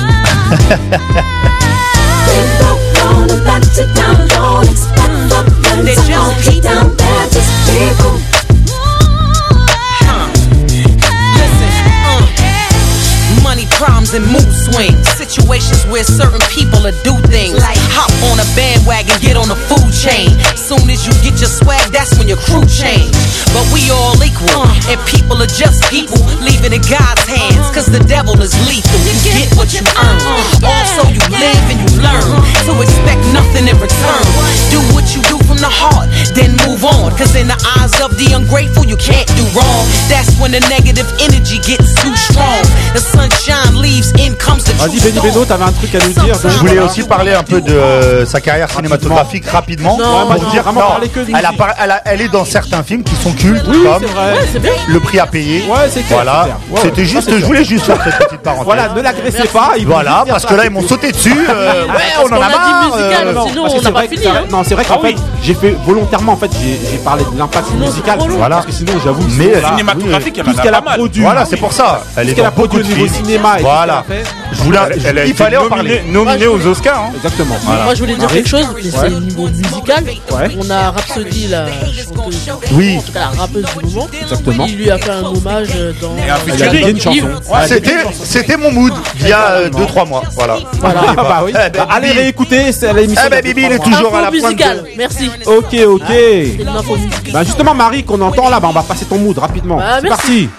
Money, problems, and mood swings. Situations where certain people will do things like hop on a bandwagon, get on the food chain. Soon as you get your swag, that's when your crew change. But we all equal, and people are just people. Leave it in God's hands, cause the devil is lethal. You get what you earn. Also you live and you learn to expect nothing in return. Do what you do from the heart, then move on. Cause in the eyes of the ungrateful, you can't do wrong. That's when the negative energy gets too strong. The sunshine leaves, in comes the truth. Vas-y Benny Beno, t'avais un truc à nous dire. Je voulais aussi parler un peu de sa carrière cinématographique rapidement. Pour dire, elle est dans certains films qui sont cultes, comme Le Prix à payer. Ouais, c'est clair. Voilà. C'était juste, je voulais juste faire cette petite parenthèse. Voilà, ne l'agressez pas. Voilà, parce que là ils m'ont sauté dessus. Ouais, on en a marre. Sinon on n'a pas fini. Non, c'est vrai qu'en fait, j'ai fait volontairement, en fait, j'ai parlé de l'impact musical. Voilà. Parce que sinon, j'avoue, mais cinématographique, tout ce qu'elle a produit. Voilà, c'est pour ça. Elle est dans beaucoup de films. Cinéma. Voilà. Il fallait en parler. Nominée aux Oscars. Exactement. Moi, je voulais dire quelque chose, mais c'est au niveau musical. On a Rhapsody, la chanteuse. Oui. En tout cas, la rappeuse du moment. Exactement. Il lui a fait un hommage dans. Il a fait une chanson. C'était mon mood il y a 2-3 mois. Voilà. Bah oui. Allez réécouter, c'est l'émission. Bibi, il est toujours à la fin. Merci. Ok. Bah justement, Marie, qu'on entend là, on va passer ton mood rapidement. C'est parti.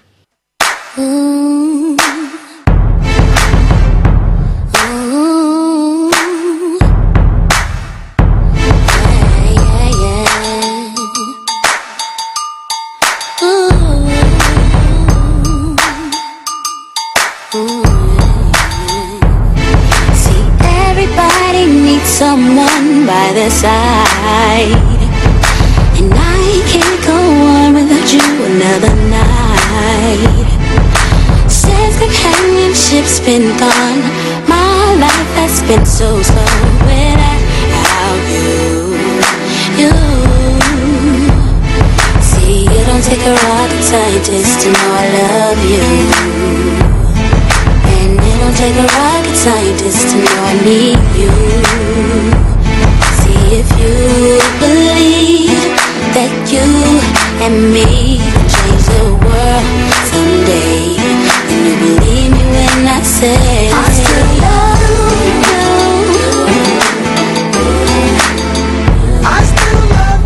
Someone by their side, and I can't go on without you another night. Since companionship's been gone, my life has been so slow without you. See, you don't take a rocket scientist to know I love you. Don't take a rocket scientist to know I need you. See if you believe that you and me can change the world someday. And you believe me when I say I still love you. I still love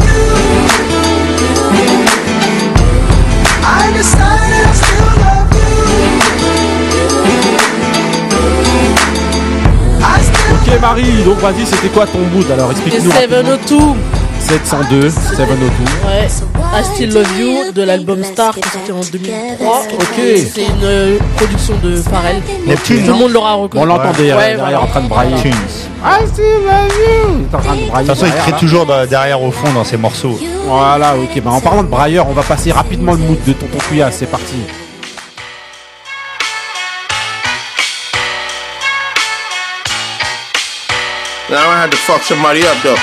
you. I decided I still love you. Ok Marie, donc vas-y, c'était quoi ton mood alors, explique-nous. 702. 702. Ouais, I Still Love You de l'album Star qui est sorti en 2003. Ok. C'est une production de Pharrell. Neptune, tout le monde l'aura reconnu. On l'entend derrière en train de brailler. I Still Love You. Il est en train de brailler. De toute façon, il crie toujours derrière au fond dans ses morceaux. Voilà, ok. Bah, en parlant de brailleur, on va passer rapidement le mood de Tonton Couillasse. C'est parti. Now I had to fuck somebody up though.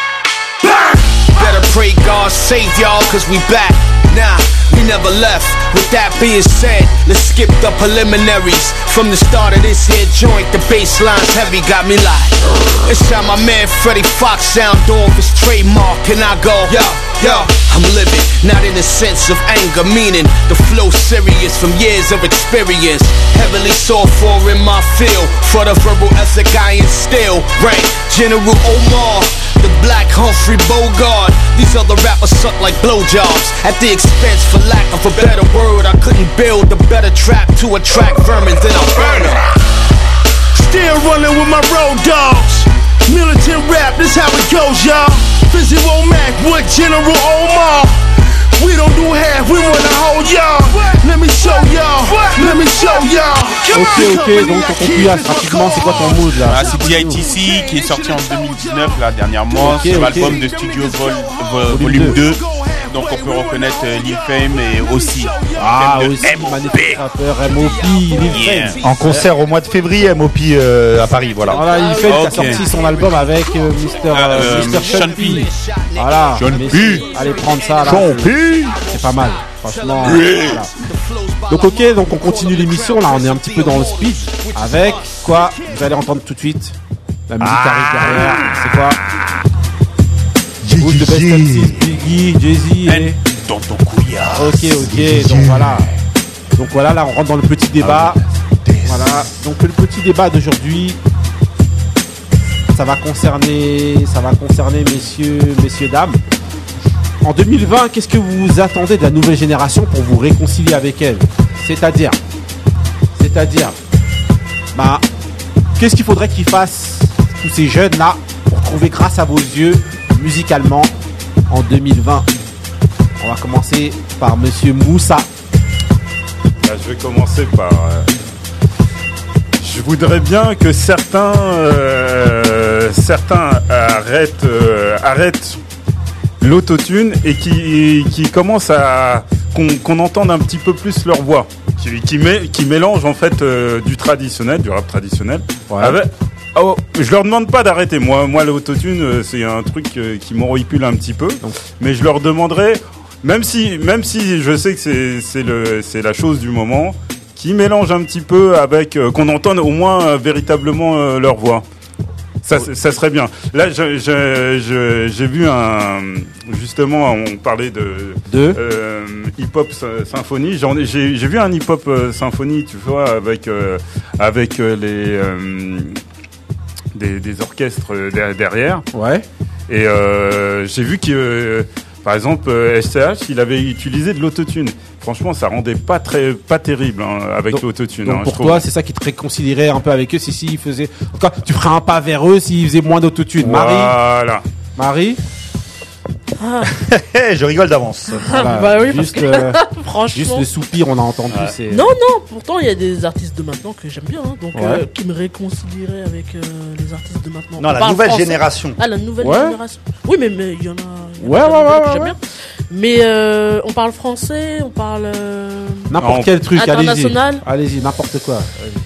Better pray God save y'all, cause we back. Nah, we never left. With that being said, let's skip the preliminaries. From the start of this here joint, the bassline's heavy, got me like. It's how my man Freddie Fox sound off his trademark, and I go, yo, I'm living, not in the sense of anger, meaning the flow serious from years of experience. Heavily sought for in my field, for the verbal ethic I instill. Rank General Omar, the Black Humphrey Bogart. These other rappers suck like blowjobs. At the expense, for lack of a better word, I couldn't build a better trap to attract vermin than I burn them. Still running with my road dogs. Militant rap, this how it goes, y'all. Visual Mac with General Omar. We don't do half, we wanna hold y'all. Let me show y'all, let me show y'all. Ok, donc on conclut rapidement, c'est quoi ton mood là? C'est DITC qui est sorti en 2019 là dernièrement, c'est l'album de Studio Volume 2. Donc on peut reconnaître Lil Fame et aussi magnifique rappeur MOP, Lil Fame. En concert au mois de février, MOP à Paris, voilà. Voilà, Lil Fame qui a sorti son album avec Mr. Sean P. Voilà, allez prendre ça là. C'est pas mal, franchement. Voilà. Donc donc on continue l'émission là, on est un petit peu dans le speed avec quoi? Vous allez entendre tout de suite. La musique arrive derrière, c'est quoi? Who's the best MCs, Biggie, Jay-Z et Tonton Kouya. Ok, donc voilà, là on rentre dans le petit débat. Voilà, donc le petit débat d'aujourd'hui, ça va concerner messieurs, dames. En 2020, qu'est-ce que vous attendez de la nouvelle génération pour vous réconcilier avec elle? C'est-à-dire, qu'est-ce qu'il faudrait qu'ils fassent tous ces jeunes là pour trouver grâce à vos yeux musicalement en 2020? On va commencer par Monsieur Moussa. Je vais commencer par... je voudrais bien que certains arrêtent l'autotune et qui commencent à... qu'on entende un petit peu plus leur voix. Qui mélangent en fait du rap traditionnel avec... Oh, je leur demande pas d'arrêter. Moi, l'autotune, c'est un truc qui m'horripile un petit peu. Mais je leur demanderais, même si je sais que c'est la chose du moment, qu'ils mélangent un petit peu avec, qu'on entende au moins véritablement leur voix. Ça serait bien. Là, j'ai vu justement, on parlait de hip-hop symphonie. J'ai vu un hip-hop symphonie, tu vois, avec des orchestres derrière. Ouais. Et j'ai vu que, par exemple, SCH, il avait utilisé de l'autotune. Franchement, ça rendait pas terrible avec l'autotune. Donc pour toi, c'est ça qui te réconcilierait un peu avec eux si ils faisaient. En tout cas, tu ferais un pas vers eux s'ils faisaient moins d'autotune. Voilà. Marie. Je rigole d'avance. Voilà. Bah oui, juste, franchement. Juste le soupir, on a entendu. Ouais. C'est... Non, pourtant il y a des artistes de maintenant que j'aime bien, donc qui me réconcilieraient avec les artistes de maintenant. Non, la nouvelle génération. Ah, la nouvelle génération. Oui, mais il y en a. Ouais. J'aime bien. Mais on parle français, on parle. N'importe quel truc, international. Allez-y, n'importe quoi.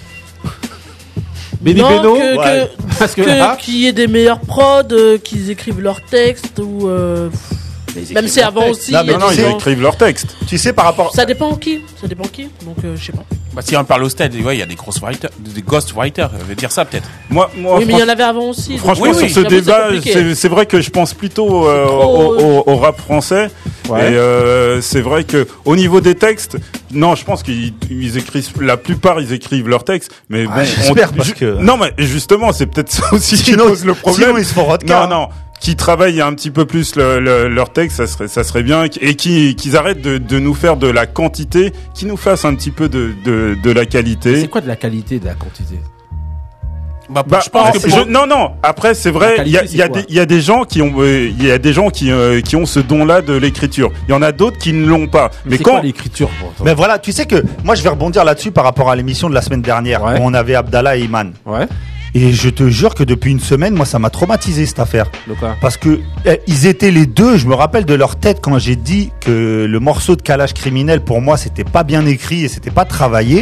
Benny Beno, qu'il y ait des meilleurs prods, qu'ils écrivent leurs textes ou même si avant aussi. Non, ils écrivent leurs textes. Tu sais, par rapport. Ça dépend qui. Donc je sais pas. Bah, si on parle au stade, il y a des ghostwriters, je vais dire ça peut-être. Moi, oui, mais il y en avait avant aussi. Franchement, sur ce débat, c'est vrai que je pense plutôt au rap français. Ouais. Et c'est vrai que au niveau des textes, non, je pense qu'ils écrivent, la plupart ils écrivent leurs textes, mais bon, j'espère parce que. Non, mais justement, c'est peut-être ça aussi qui pose le problème. Sinon, ils se font rodka. Non. Qui travaillent un petit peu plus leur texte, ça serait bien, et qu'ils arrêtent de nous faire de la quantité, qu'ils nous fassent un petit peu de la qualité. C'est quoi de la qualité, de la quantité? Je pense que non. Après, c'est vrai, il y a des gens qui ont ce don-là de l'écriture. Il y en a d'autres qui ne l'ont pas. Mais quoi l'écriture pour toi? Mais voilà, tu sais que moi, je vais rebondir là-dessus par rapport à l'émission de la semaine dernière où on avait Abdallah et Iman. Ouais. Et je te jure que depuis une semaine, moi, ça m'a traumatisé cette affaire. Parce que ils étaient les deux. Je me rappelle de leur tête quand j'ai dit que le morceau de Kalash Criminel, pour moi, c'était pas bien écrit et c'était pas travaillé.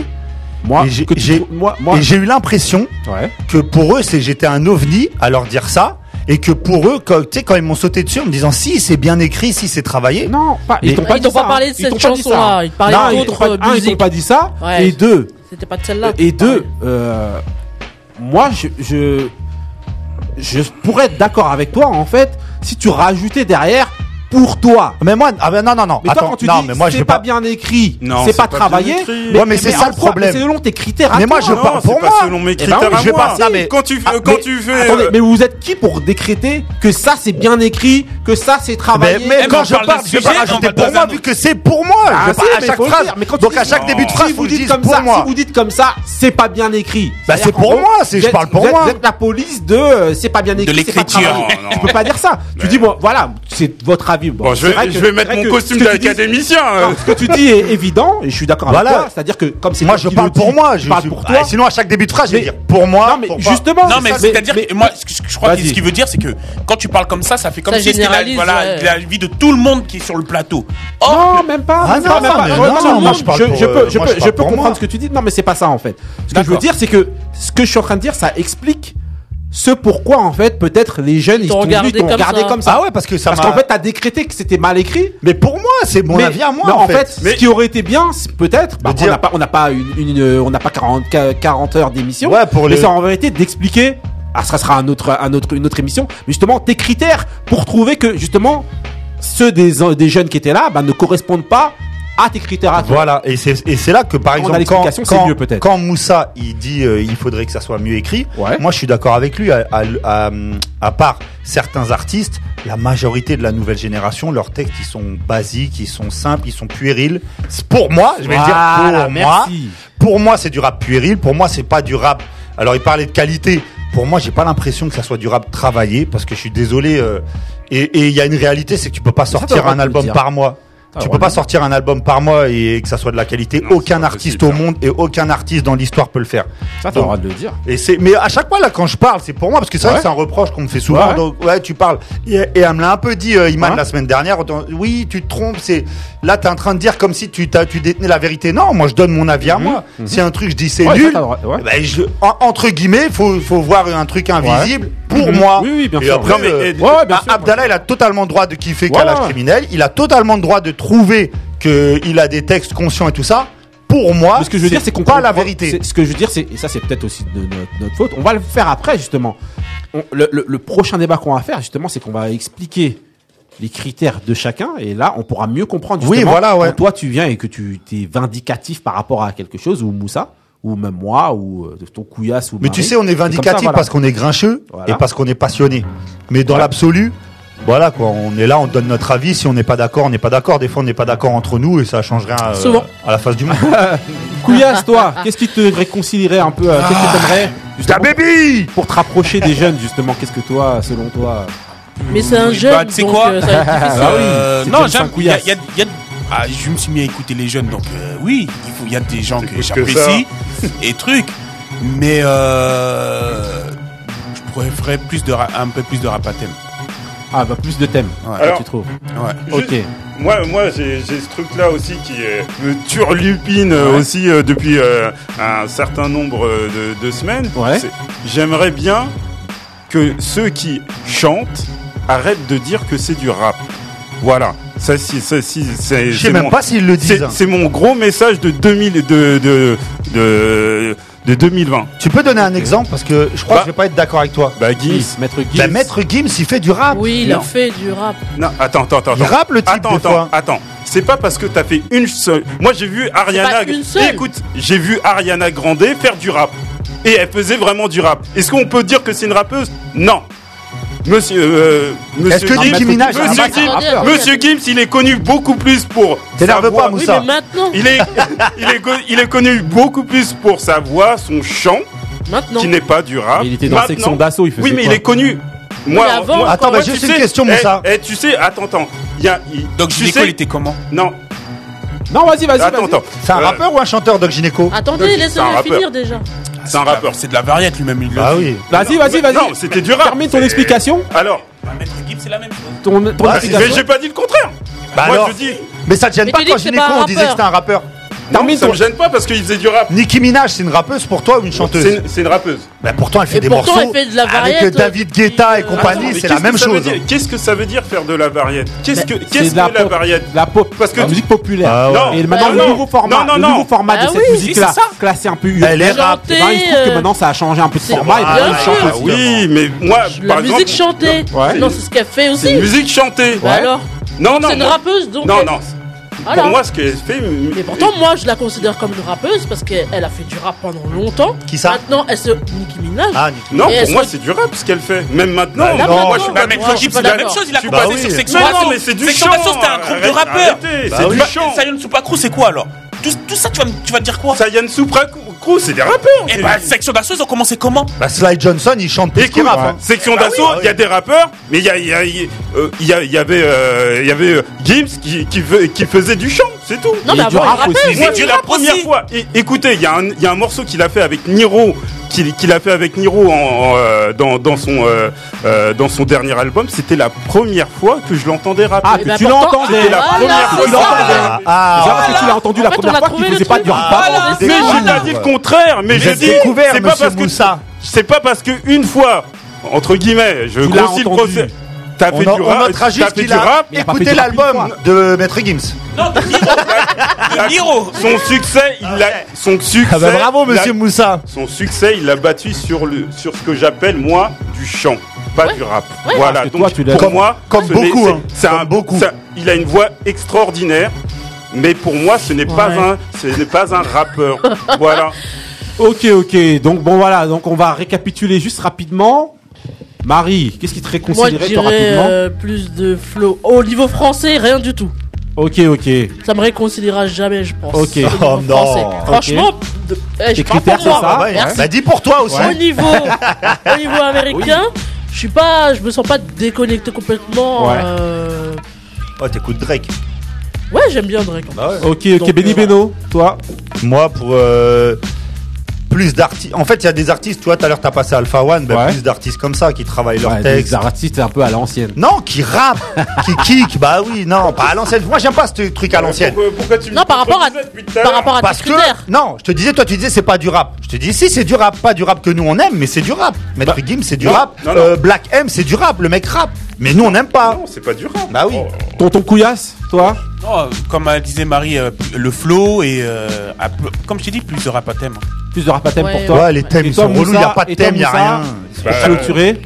J'ai eu l'impression que pour eux, j'étais un ovni à leur dire ça. et que pour eux, quand ils m'ont sauté dessus en me disant si c'est bien écrit, si c'est travaillé. Non, ils t'ont pas parlé de cette chanson-là. Ils parlaient d'autres musiques. Ils t'ont pas dit ça. Ouais, et deux. C'était pas de celle-là. Et deux. Moi, je pourrais être d'accord avec toi en fait si tu rajoutais derrière. Pour toi. Mais moi, non. Mais attends, toi, quand tu dis mais moi, c'est pas bien écrit, c'est pas travaillé. Mais c'est ça le problème. C'est selon tes critères. Mais moi, je parle pour moi. Selon mes critères à moi. Quand tu fais. Attendez, mais vous êtes qui pour décréter que ça c'est bien écrit, que ça c'est travaillé? Mais quand je parle, je vais pas rajouter pour moi vu que c'est pour moi. À chaque phrase. Donc à chaque début de phrase, vous dites pour moi. Si vous dites comme ça, c'est pas bien écrit. Bah c'est pour moi. Je parle pour moi. Vous êtes la police de c'est pas bien écrit. De l'écriture. Tu peux pas dire ça. Tu dis bon, voilà, c'est votre avis. Bon, je vais mettre mon costume d'académicien. Ce que tu dis est évident et je suis d'accord avec toi. C'est-à-dire que comme c'est moi je parle pour moi, je parle pour toi. Sinon à chaque début de phrase, je vais dire pour moi. Non mais justement. Non mais c'est-à-dire que moi je crois que ce qu'il veut dire c'est que quand tu parles comme ça fait comme si c'était la vie de tout le monde qui est sur le plateau. Non, même pas. Non, je peux comprendre ce que tu dis. Non mais c'est pas ça en fait. Ce que je veux dire c'est que ce que je suis en train de dire ça explique ce pourquoi en fait peut-être les jeunes ils t'ont regardé comme ça. Ah ouais parce qu'en fait t'as décrété que c'était mal écrit. Mais pour moi c'est mon avis à moi en fait. Ce qui aurait été bien peut-être on n'a pas 40 heures d'émission. Ouais, mais ça en vérité d'expliquer. Ça sera une autre émission. Mais justement tes critères pour trouver que justement ceux des jeunes qui étaient là ne correspondent pas à tes critères à toi. Voilà, et c'est là que par exemple quand Moussa il dit il faudrait que ça soit mieux écrit, moi je suis d'accord avec lui à part certains artistes, la majorité de la nouvelle génération, leurs textes ils sont basiques, ils sont simples, ils sont puérils. Pour moi, je vais dire pour moi c'est du rap puéril, pour moi c'est pas du rap. Alors il parlait de qualité, pour moi j'ai pas l'impression que ça soit du rap travaillé parce que je suis désolé et il y a une réalité, c'est que tu peux pas sortir un album par mois. Tu peux pas sortir un album par mois et que ça soit de la qualité. Aucun artiste au monde et aucun artiste dans l'histoire peut le faire. Ça, t'as le droit de le dire. Mais à chaque fois, là, quand je parle, c'est pour moi, parce que c'est vrai que c'est un reproche qu'on me fait souvent. Donc, tu parles. Et elle me l'a un peu dit, Iman, la semaine dernière. Oui, tu te trompes, là, t'es en train de dire comme si tu détenais la vérité. Non, moi, je donne mon avis à moi. Si un truc, je dis c'est nul. Entre guillemets, faut voir un truc invisible. Pour moi. Oui, bien sûr. Abdallah, il a totalement le droit de kiffer Calage criminel. Il a totalement le droit de trouver qu'il a des textes conscients et tout ça. Pour moi, ce que je veux dire, c'est qu'on pas la vérité. Ce que je veux dire, et ça, c'est peut-être aussi de notre faute. On va le faire après, justement. Le prochain débat qu'on va faire, justement, c'est qu'on va expliquer les critères de chacun. Et là, on pourra mieux comprendre, justement, quand toi, tu viens et que tu es vindicatif par rapport à quelque chose, ou Moussa, ou même moi, ou ton couillasse, ou mais Marie. Tu sais, on est vindicatif parce qu'on est grincheux et parce qu'on est passionné. Mais dans l'absolu, voilà quoi, on est là, on donne notre avis. Si on n'est pas d'accord, on n'est pas d'accord. Des fois, on n'est pas d'accord entre nous et ça change rien à la face du monde. Couillasse, toi, qu'est-ce qui te réconcilierait un peu qu'est-ce que t'aimerais ta baby pour te rapprocher des jeunes, justement? Qu'est-ce que toi, selon toi? Mais c'est un jeune. Tu sais quoi non, j'aime. Il y a je me suis mis à écouter les jeunes, donc oui, il y a des gens que j'apprécie et trucs, mais je préférerais un peu plus de rap à thème. Ah bah plus de thèmes, alors, tu trouves? Ouais. Ok. Moi j'ai ce truc-là aussi qui me turlupine aussi depuis un certain nombre de semaines. Ouais. J'aimerais bien que ceux qui chantent arrêtent de dire que c'est du rap. Voilà. Ça, je sais même pas s'ils le disent. C'est mon gros message de 2020. Tu peux donner un exemple parce que je crois que je vais pas être d'accord avec toi. Gims, Maître Gims. Maître Gims, il fait du rap. Oui, il a fait du rap. Non, attends. Il rappe le type des fois. Attends. C'est pas parce que t'as fait une seule. Moi, j'ai vu Ariana. Écoute, j'ai vu Ariana Grande faire du rap et elle faisait vraiment du rap. Est-ce qu'on peut dire que c'est une rappeuse? Non. Monsieur Gims, il est connu beaucoup plus pour sa voix. Pas, Moussa. Oui, mais maintenant. Il est connu beaucoup plus pour sa voix, son chant, qui n'est pas du rap. Mais il était dans la section d'assaut, il faisait mais il est connu. Moi, attends, juste une question, Moussa. Tu sais, attends. Doc Gynéco, il était comment? Non, vas-y. Attends. C'est un rappeur ou un chanteur, Doc Gynéco? Attendez, laissez-le finir déjà. C'est un rappeur. C'est de la variette lui-même. Oui. Vas-y. Non, c'était du rap. Termine ton explication. Alors. Maître Gims, c'est la même chose. Ton explication. Mais j'ai pas dit le contraire. Moi, je dis. Mais ça te gêne pas quand Gynéco on disait que c'était un rappeur? Non, ça me gêne pas parce qu'il faisait du rap. Nicki Minaj, c'est une rappeuse pour toi ou une chanteuse? C'est une rappeuse. Bah pourtant, elle fait Et des pourtant, morceaux elle fait de la variette, avec David Guetta et compagnie, mais c'est la même chose. Qu'est-ce que ça veut dire faire de la variette? Qu'est-ce que de la la variette? La pop, parce que la musique populaire. Ah ouais. Non. Et maintenant, le nouveau format de cette musique-là, classé un peu urbaine. Elle est rap. Il se trouve que maintenant, ça a changé un peu de format. Et bien elle sûr. chante aussi. Oui, mais moi, La par musique exemple, chantée. Ouais. Non, c'est ce qu'elle fait aussi. c'est une musique chantée. Bah alors, Non, non. c'est une moi- rappeuse, donc. Non, elle- non. Voilà. Pour moi, ce qu'elle fait. Mais pourtant, moi, je la considère comme une rappeuse parce qu'elle a fait du rap pendant longtemps. Qui ça? Maintenant, elle se. Nicki Minaj. Ah, Nicki. Non, Et pour elle moi, se- c'est du rap ce qu'elle fait. Même maintenant. Là, non, maintenant, moi, je suis bah, pas mais d'accord. Gims, c'est la même chose, il a Bah composé oui. sur Mais Section non, d'Assaut. mais c'est du Section chant. d'Assaut, c'était un groupe de Arrête- rappeurs. arrêtez, Bah c'est oui. du chant. Sayan Supacrou, c'est quoi alors? Tout ça, tu vas te dire quoi? Sayan Supacrou, c'est des rappeurs. Eh bah, Section d'Assaut, ils ont commencé comment? Bah Sly Johnson, il chante plus qu'il Écoute, rappe. hein. Section Bah d'Assaut, oui, bah il y a des rappeurs, mais il y avait Gims qui faisait du chant, c'est tout. Non, mais du avant, rap elle rappelle. aussi. Moi, du c'est la rap première aussi. fois. Écoutez, il y a un morceau qu'il a fait avec Niro, qu'il a fait avec Niro dans son dernier album. C'était la première fois que je l'entendais rapper. Ah, Eh que ben, tu pourtant, l'entendais. c'était la voilà, première fois c'est que ça. je l'entendais. Ah, Parce que tu l'as entendu la En fait, on première a fois trouvé qu'il le faisait pas truc. du rap. Voilà, Mais c'est j'ai ça. pas dit le contraire. Mais Vous j'ai êtes dit, découvert, c'est pas monsieur parce que Moussa. c'est pas parce que une fois, entre guillemets, je Tu l'as grossis le entendu. procès. T'as fait On du rap, notera t'as juste fait qu'il du a rap. Il a pas fait écouté du rap une l'album de Maître Gims. Non, de Niro. De Niro. Son succès, Ah bah bravo, monsieur il l'a- Moussa. Son succès, il l'a battu sur ce que j'appelle moi du chant, pas du rap. Ouais. Voilà. Parce que Donc toi, tu l'as- pour moi, comme ce n'est- beaucoup, c'est- hein. c'est un Comme beaucoup. il a une voix extraordinaire, mais pour moi, ce n'est pas un rappeur. Voilà. Ok. Donc bon voilà, donc on va récapituler juste rapidement. Marie, qu'est-ce qui te Moi, je réconcilierait toi dirais rapidement? plus de flow. Au niveau français, rien du tout. Ok. Ça me réconciliera jamais, je pense. Ok. Au niveau Oh non. français. Franchement, je Tes parle critères, pour moi. c'est ça, Ouais. Merci. Bah dis pour toi aussi. Au niveau américain, je me sens pas déconnecté complètement. Ouais. Oh, t'écoutes Drake. Ouais, j'aime bien Drake. Ok, Donc, Benny Beno, toi? Moi, pour plus d'artistes. En fait, il y a des artistes, tu vois, tout à l'heure, t'as passé Alpha One, ben, Ouais. plus d'artistes comme ça qui travaillent leur Ouais, texte. des artistes un peu à l'ancienne. Non, qui rappent, qui kick. Bah oui, non, pas à l'ancienne. Moi, j'aime pas ce truc à l'ancienne. Pourquoi tu me Non, par rapport à Parce tes que, critères. non, je te disais, toi, tu disais, c'est pas du rap. Je te dis, si, c'est du rap. Pas du rap que nous, on aime, mais c'est du rap. Maître Gims, c'est du non, rap. non. Black M, c'est du rap. Le mec rappe. Mais nous, on n'aime pas. Non, c'est pas du rap. Bah oui. Tonton Couillasse, toi? Non, comme disait Marie, le flow et comme je t'ai dit, plus de rap à thème. Plus de rap à thème Ouais, pour toi? Ouais, les thèmes, Et ils toi, sont relous. Il n'y a pas de et toi, thème, il n'y a Moussa rien. Clôturé?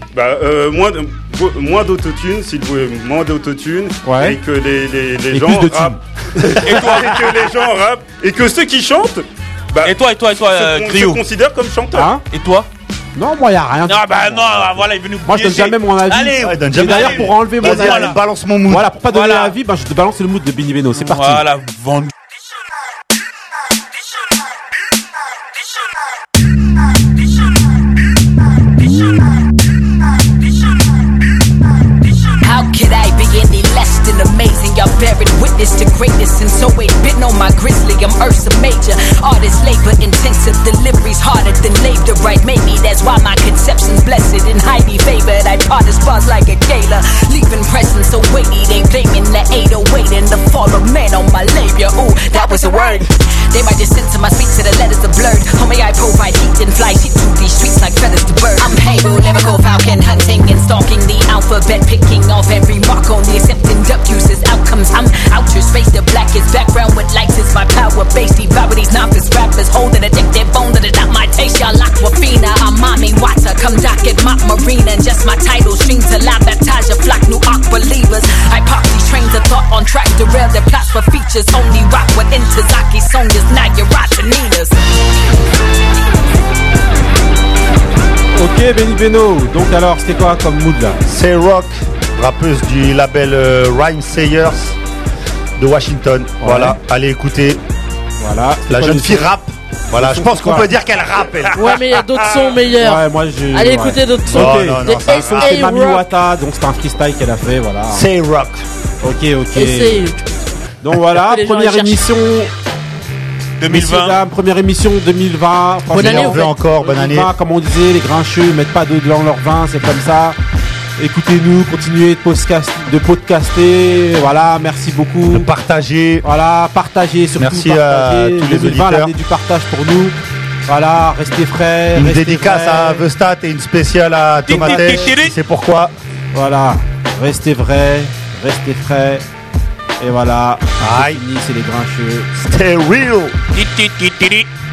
Moins d'autotune, s'il vous plaît, moins d'autotune, Ouais. et que les Et gens plus de thunes. rappent. et que les gens rappent, et que ceux qui chantent, bah, Et toi, se Griot. considèrent comme chanteurs. Hein? Et toi? Non, moi, y a rien. Non, bah non, voilà, il veut nous Moi, je donne piéger. jamais mon avis. Allez, Ouais, donne Et jamais. d'ailleurs, pour enlever mon Vas-y, avis, allez, balance mon mood. voilà, pour pas donner Voilà. l'avis, ben, je te balance le mood de Benny Beno. C'est parti. Voilà, vendu. How could I be any less than amazing? Y'all bearing witness to greatness, and so ain't been on my grizzly. I'm Ursa Major, artist labor intensive, deliveries harder than labor. Right? Maybe that's why my conception's blessed and highly favored. I part the bars like a Gala, leaving presents so weighty. They blaming the 808 and the fall of man on my labia. Ooh, that was a word. They might just censor my speech to the letters are blurred. Homie, I provide heat and fly shit through these streets like feathers to bird. I'm Halo, lyrical falcon, hunting and stalking the alphabet, picking off every mark on the accepting W's as outcomes. I'm outer space, the blackest background with lights is my power base. Devour these novice rappers, holding addicted bone that is not my taste. Y'all Aquafina, I'm mommy water, come dock at my marina, and just my title stream to live baptize a flock new arc believers. I park these trains of thought on track, derail their plots for features. Only rock with Intozaki songs, not your Rataninas. Ok, Benny Beno. Donc, alors, c'était quoi comme mood là? C'est Rock, rappeuse du label Rhyme Sayers de Washington. Voilà, allez écouter. Voilà. La jeune fille rappe. Voilà, je pense qu'on peut dire qu'elle rappe. Elle. Ouais, mais il y a d'autres sons meilleurs. Ouais, moi j'ai. Allez ouais. écouter d'autres sons. Ok, non, Des ça, Ça, S.A. c'est Mami Rock. Wata, donc c'est un freestyle qu'elle a fait, voilà. C'est Rock. Ok. Essaye. Donc voilà, Les gens première les cherchent. émission. 2020. Messieurs, dames, première émission 2020. Bonne année, on veut encore, bonne année. 2020, comme on disait, les grincheux, ils mettent pas d'eau dans leur vin, c'est comme ça. Écoutez-nous, continuez de podcaster. Voilà, merci beaucoup. De partager. Voilà, partagez surtout. Merci à tous les auditeurs. L'année du partage pour nous. Voilà, restez frais. Une dédicace à Vestat et une spéciale à Tomatech. C'est pourquoi. Voilà, restez vrais, restez frais. Et voilà, c'est fini, c'est les grincheux. Stay real.